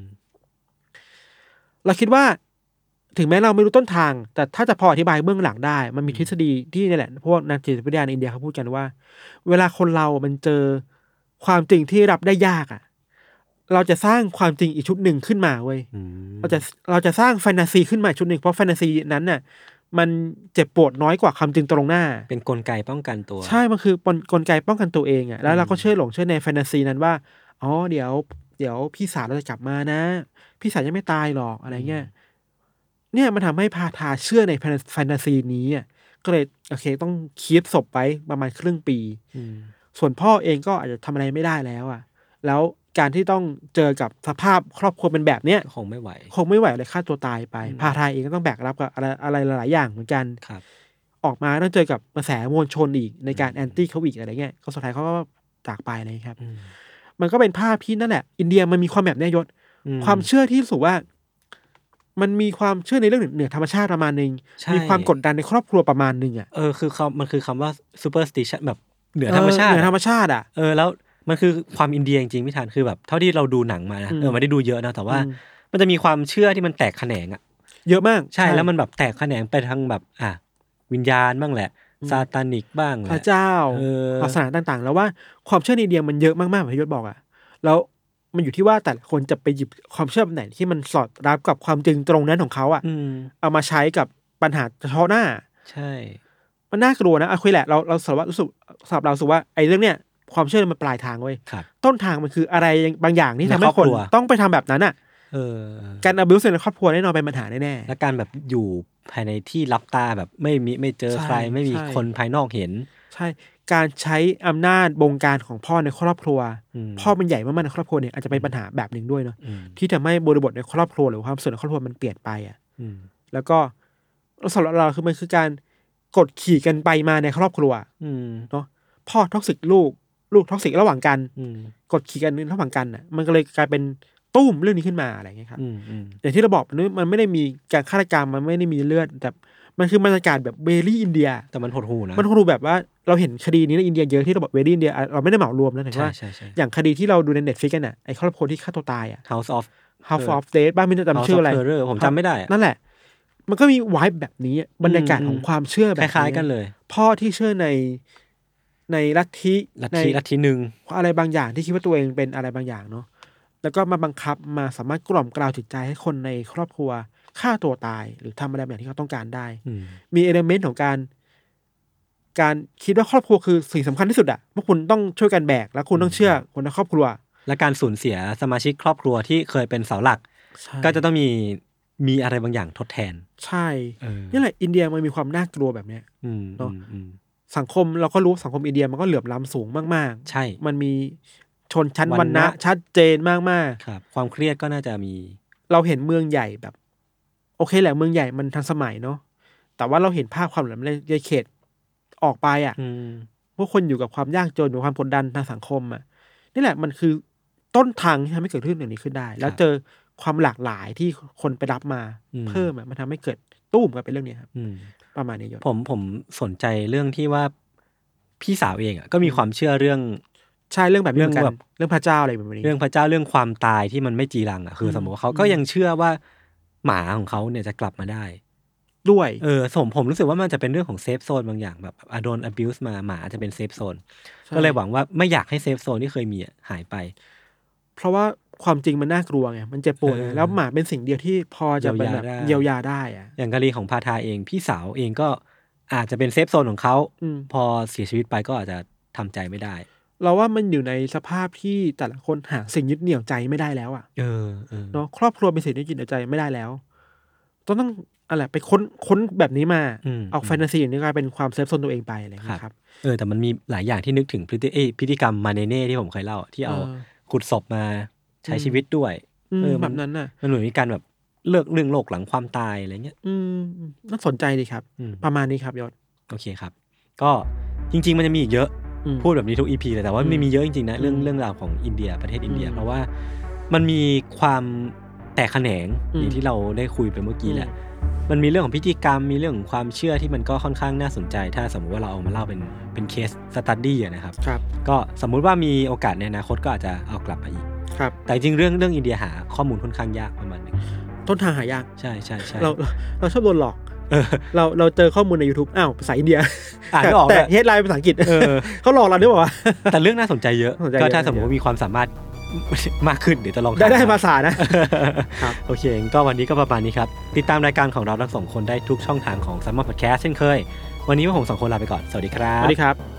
เราคิดว่าถึงแม้เราไม่รู้ต้นทางแต่ถ้าจะพออธิบายเบื้องหลังได้มันมีทฤษฎีที่นี่แหละพวกนักจิตวิทยาในอินเดียเขาพูดกันว่าเวลาคนเรามันเจอความจริงที่รับได้ยากอ่ะเราจะสร้างความจริงอีกชุดหนึ่งขึ้นมาเว้ยเราจะเราจะสร้างแฟนตาซีขึ้นมาชุดหนึ่งเพราะแฟนตาซีนั้นน่ะมันเจ็บปวดน้อยกว่าความจริงตรงหน้าเป็นกลไกป้องกันตัวใช่มันคือกลไกป้องกันตัวเองอ่ะแล้วเราก็เชื่อหลงเชื่อในแฟนตาซีนั้นว่าอ๋อเดี๋ยวเดี๋ยวพี่สาวเราจะกลับมานะพี่สาวยังไม่ตายหรอกอะไรเงี้ยเนี่ยมันทำให้พาทาเชื่อในแฟนตาซีนี้อ่ะก็เลยโอเคต้องคีปศพไปประมาณครึ่งปีส่วนพ่อเองก็อาจจะทำอะไรไม่ได้แล้วอ่ะแล้วการที่ต้องเจอกับสภาพครอบครัวเป็นแบบเนี้ยคงไม่ไหวคงไม่ไหวเลยฆ่าตัวตายไปพาทาเองก็ต้องแบกรับกับอะไรอะไรหลายอย่างเหมือนกันออกมาต้องเจอกับกระแสมวลชนอีกในการแอนตี้เขาอีกอะไรเงี้ยก็สุดท้ายเขาก็จากไปเลยครับมันก็เป็นภาพที่นั่นแหละอินเดียมันมีความแบบนี้ยศความเชื่อที่รู้สึกว่ามันมีความเชื่อในเรื่องเหนือธรรมชาติประมาณนึงมีความกดดันในครอบครัวประมาณนึงอ่ะเออคือเขามันคือคำว่า superstition แบบเหนือธรรมชาติเหนือธรรมชาติอ่ะเออแล้วมันคือความอินเดียจริงๆพี่ธันคือแบบเท่าที่เราดูหนังมานะเออไม่ได้ดูเยอะนะแต่ว่ามันจะมีความเชื่อที่มันแตกแขนงอ่ะเยอะมากใช่แล้วมันแบบแตกแขนงไปทางแบบอ่ะวิญญาณบ้างแหละซาตานิกบ้างแหละพระเจ้าศาสนาต่างๆแล้วว่าความเชื่อในอินเดียมันเยอะมากๆแบบที่ยศบอกอ่ะแล้วมันอยู่ที่ว่าแต่ละคนจะไปหยิบความเชื่อแบบไหนที่มันสอดรับกับความจริงตรงนั้นของเขาอ่ะเอามาใช้กับปัญหาเฉพาะหน้าใช่มันน่ากลัวนะเอาคุยแหละเราเราสำหรับรู้สึกสำหรับเราสึกว่าไอ้เรื่องเนี้ยความเชื่อมันปลายทางเว้ยต้นทางมันคืออะไรบางอย่างที่ทำให้คนต้องไปทำแบบนั้นอ่ะการอับยูสในครอบครัวแน่นอนเป็นปัญหาแน่ๆและการแบบอยู่ภายในที่ลับตาแบบไม่มีไม่เจอใครไม่มีคนภายนอกเห็นใช่การใช้อำนาจบงการของพ่อในครอบครัวพ่อมันใหญ่มากๆในครอบครัวเนี่ยอาจจะเป็นปัญหาแบบหนึ่งด้วยเนาะที่ทำให้บริบทในครอบครัวหรือความสุขในครอบครัวมันเปลี่ยนไปอ่ะแล้วก็สำหรับเราคือมันคือการกดขี่กันไปมาในครอบครัวเนาะพ่อท็อกซิกลูกลูกท็อกซิกระหว่างกันกดขี่กันระหว่างกันอ่ะมันก็เลยกลายเป็นตุ้มเรื่องนี้ขึ้นมาอะไรอย่างเงี้ยครับอย่างที่เราบอกมันไม่ได้มีการฆาตกรรมมันไม่ได้มีเลือดแต่มันคือบรรยากาศแบบเวลี่อินเดียแต่มันหดหูนะมันหดหูแบบว่าเราเห็นคดีนี้ในอินเดียเยอะที่เราบอกเวลี่อินเดียเราไม่ได้เหมารวมนะแต่ว่าอย่างคดีที่เราดูใน Netflix กันน่ะไอ้ครอบครัวที่ฆ่าตัวตายอ่ะ House of House of Death บ้านไม่ได้จำชื่ออะไรผมจำไม่ได้นั่นแหละมันก็มีไวบ์แบบนี้บรรยากาศของความเชื่อแบบคล้ายๆกันเลยพ่อที่เชื่อในในลัทธิลัทธิลัทธินึงอะไรบางอย่างที่คิดว่าตัวเองเป็นอะไรบางอย่างเนาะแล้วก็มาบังคับมาสามารถกล่อมกล่าวจิตใจให้คนในครอบครัวฆ่าตัวตายหรือทำอะไรแบบที่เขาต้องการได้อืมมีเอลิเมนต์ของการการคิดว่าครอบครัวคือสิ่งสำคัญที่สุดอะว่าคุณต้องช่วยกันแบกแล้วคุณต้องเชื่อคนในครอบครัวและการสูญเสียสมาชิกครอบครัวที่เคยเป็นเสาหลักก็จะต้องมีมีอะไรบางอย่างทดแทนใช่นี่แหละอินเดียมันมีความน่ากลัวแบบเนี้ยเนาะสังคมเราก็รู้สังคมอินเดียมันก็เหลื่อมล้ำสูงมากๆใช่มันมีชนชั้นวรรณะชัดเจนมากๆครับความเครียดก็น่าจะมีเราเห็นเมืองใหญ่แบบโอเคแหละเมืองใหญ่มันทันสมัยเนาะแต่ว่าเราเห็นภาพความเหลื่อมล้ำในเขตออกไปอ่ะพวกคนอยู่กับความยากจนอยู่ความกดดันทางสังคมอ่ะนี่แหละมันคือต้นทางที่ทำให้เกิดเรื่องอย่างนี้ขึ้นได้แล้วเจอความหลากหลายที่คนไปรับมาเพิ่มอ่ะมันทำให้เกิดตุ้มกันเป็นเรื่องนี้ครับประมาณนี้ยศผมผมสนใจเรื่องที่ว่าพี่สาวเองอ่ะก็มีความเชื่อเรื่องใช่เรื่องแบบเรื่องแบบเรื่องพระเจ้าอะไรแบบนี้เรื่องพระเจ้าเรื่องความตายที่มันไม่จีรังอ่ะคือสมมติว่าเขาก็ยังเชื่อว่าหมาของเขาเนี่ยจะกลับมาได้ด้วยเออผมผมรู้สึกว่ามันจะเป็นเรื่องของเซฟโซนบางอย่างแบบโดน abuse มาหมาจะเป็นเซฟโซนก็เลยหวังว่าไม่อยากให้เซฟโซนที่เคยมีหายไปเพราะว่าความจริงมันน่ากลัวไงมันเจ็บปวดแล้วหมาเป็นสิ่งเดียวที่พอจะเป็นแบบเยียวยาได้อะอย่างกรณีของพาทาเองพี่สาวเองก็อาจจะเป็นเซฟโซนของเขาพอเสียชีวิตไปก็อาจจะทำใจไม่ได้เราว่ามันอยู่ในสภาพที่แต่ละคนหาสิ่งยึดเหนี่ยวใจไม่ได้แล้วอ่ะเออเนาะครอบครัวเป็นสิ่งที่ยึดเหนี่ยวใจไม่ได้แล้วต้องต้องอะไรไปค้นค้นแบบนี้มาเอาแฟนตาซีอย่างนี้กลายเป็นความเซฟโซนตัวเองไปอะไรอย่างเงี้ยครับเออแต่มันมีหลายอย่างที่นึกถึงพฤติเอพิธีกรรมมาเนเน่ที่ผมเคยเล่าที่เอาขุดศพมาใช้ชีวิตด้วยเออแบบนั้นน่ะมันเหมือนมีการแบบเลิกเรื่องโลกหลังความตายอะไรเงี้ยอืมน่าสนใจดีครับประมาณนี้ครับยศโอเคครับก็จริงๆมันจะมีอีกเยอะพูดแบบนี้ทุก อี พี เลยแต่ว่าไม่มีเยอะจริงๆนะเรื่องเรื่องราวของอินเดียประเทศอินเดียเพราะว่ามันมีความแตกแขนงอย่างที่เราได้คุยไปเมื่อกี้แหละมันมีเรื่องของพิธีกรรมมีเรื่องของความเชื่อที่มันก็ค่อนข้างน่าสนใจถ้าสมมุติว่าเราเอามาเล่าเป็นเป็นเคสสตั๊ดดี้นะครับก็สมมุติว่ามีโอกาสในอนาคตก็อาจจะเอากลับมาอีกแต่จริงเรื่องเรื่องอินเดียหาข้อมูลค่อนข้างยากประมาณนึงต้นทางหายากใช่ใช่ใช่เราเราชอบโดนหลอกเราเราเจอข้อมูลใน YouTube อ้าวภาษาอินเดียอ่านไม่ออกแต่เฮดไลน์ภาษาอังกฤษเขาหลอกเราด้วยป่าวแต่เรื่องน่าสนใจเยอะก็ถ้าสมมติว่ามีความสามารถมากขึ้นเดี๋ยวจะลองได้ได้ภาษานะโอเคก็วันนี้ก็ประมาณนี้ครับติดตามรายการของเราทั้งสองคนได้ทุกช่องทางของ Salmon Podcast เช่นเคยวันนี้พวกผมสองคนลาไปก่อนสวัสดีครับสวัสดีครับ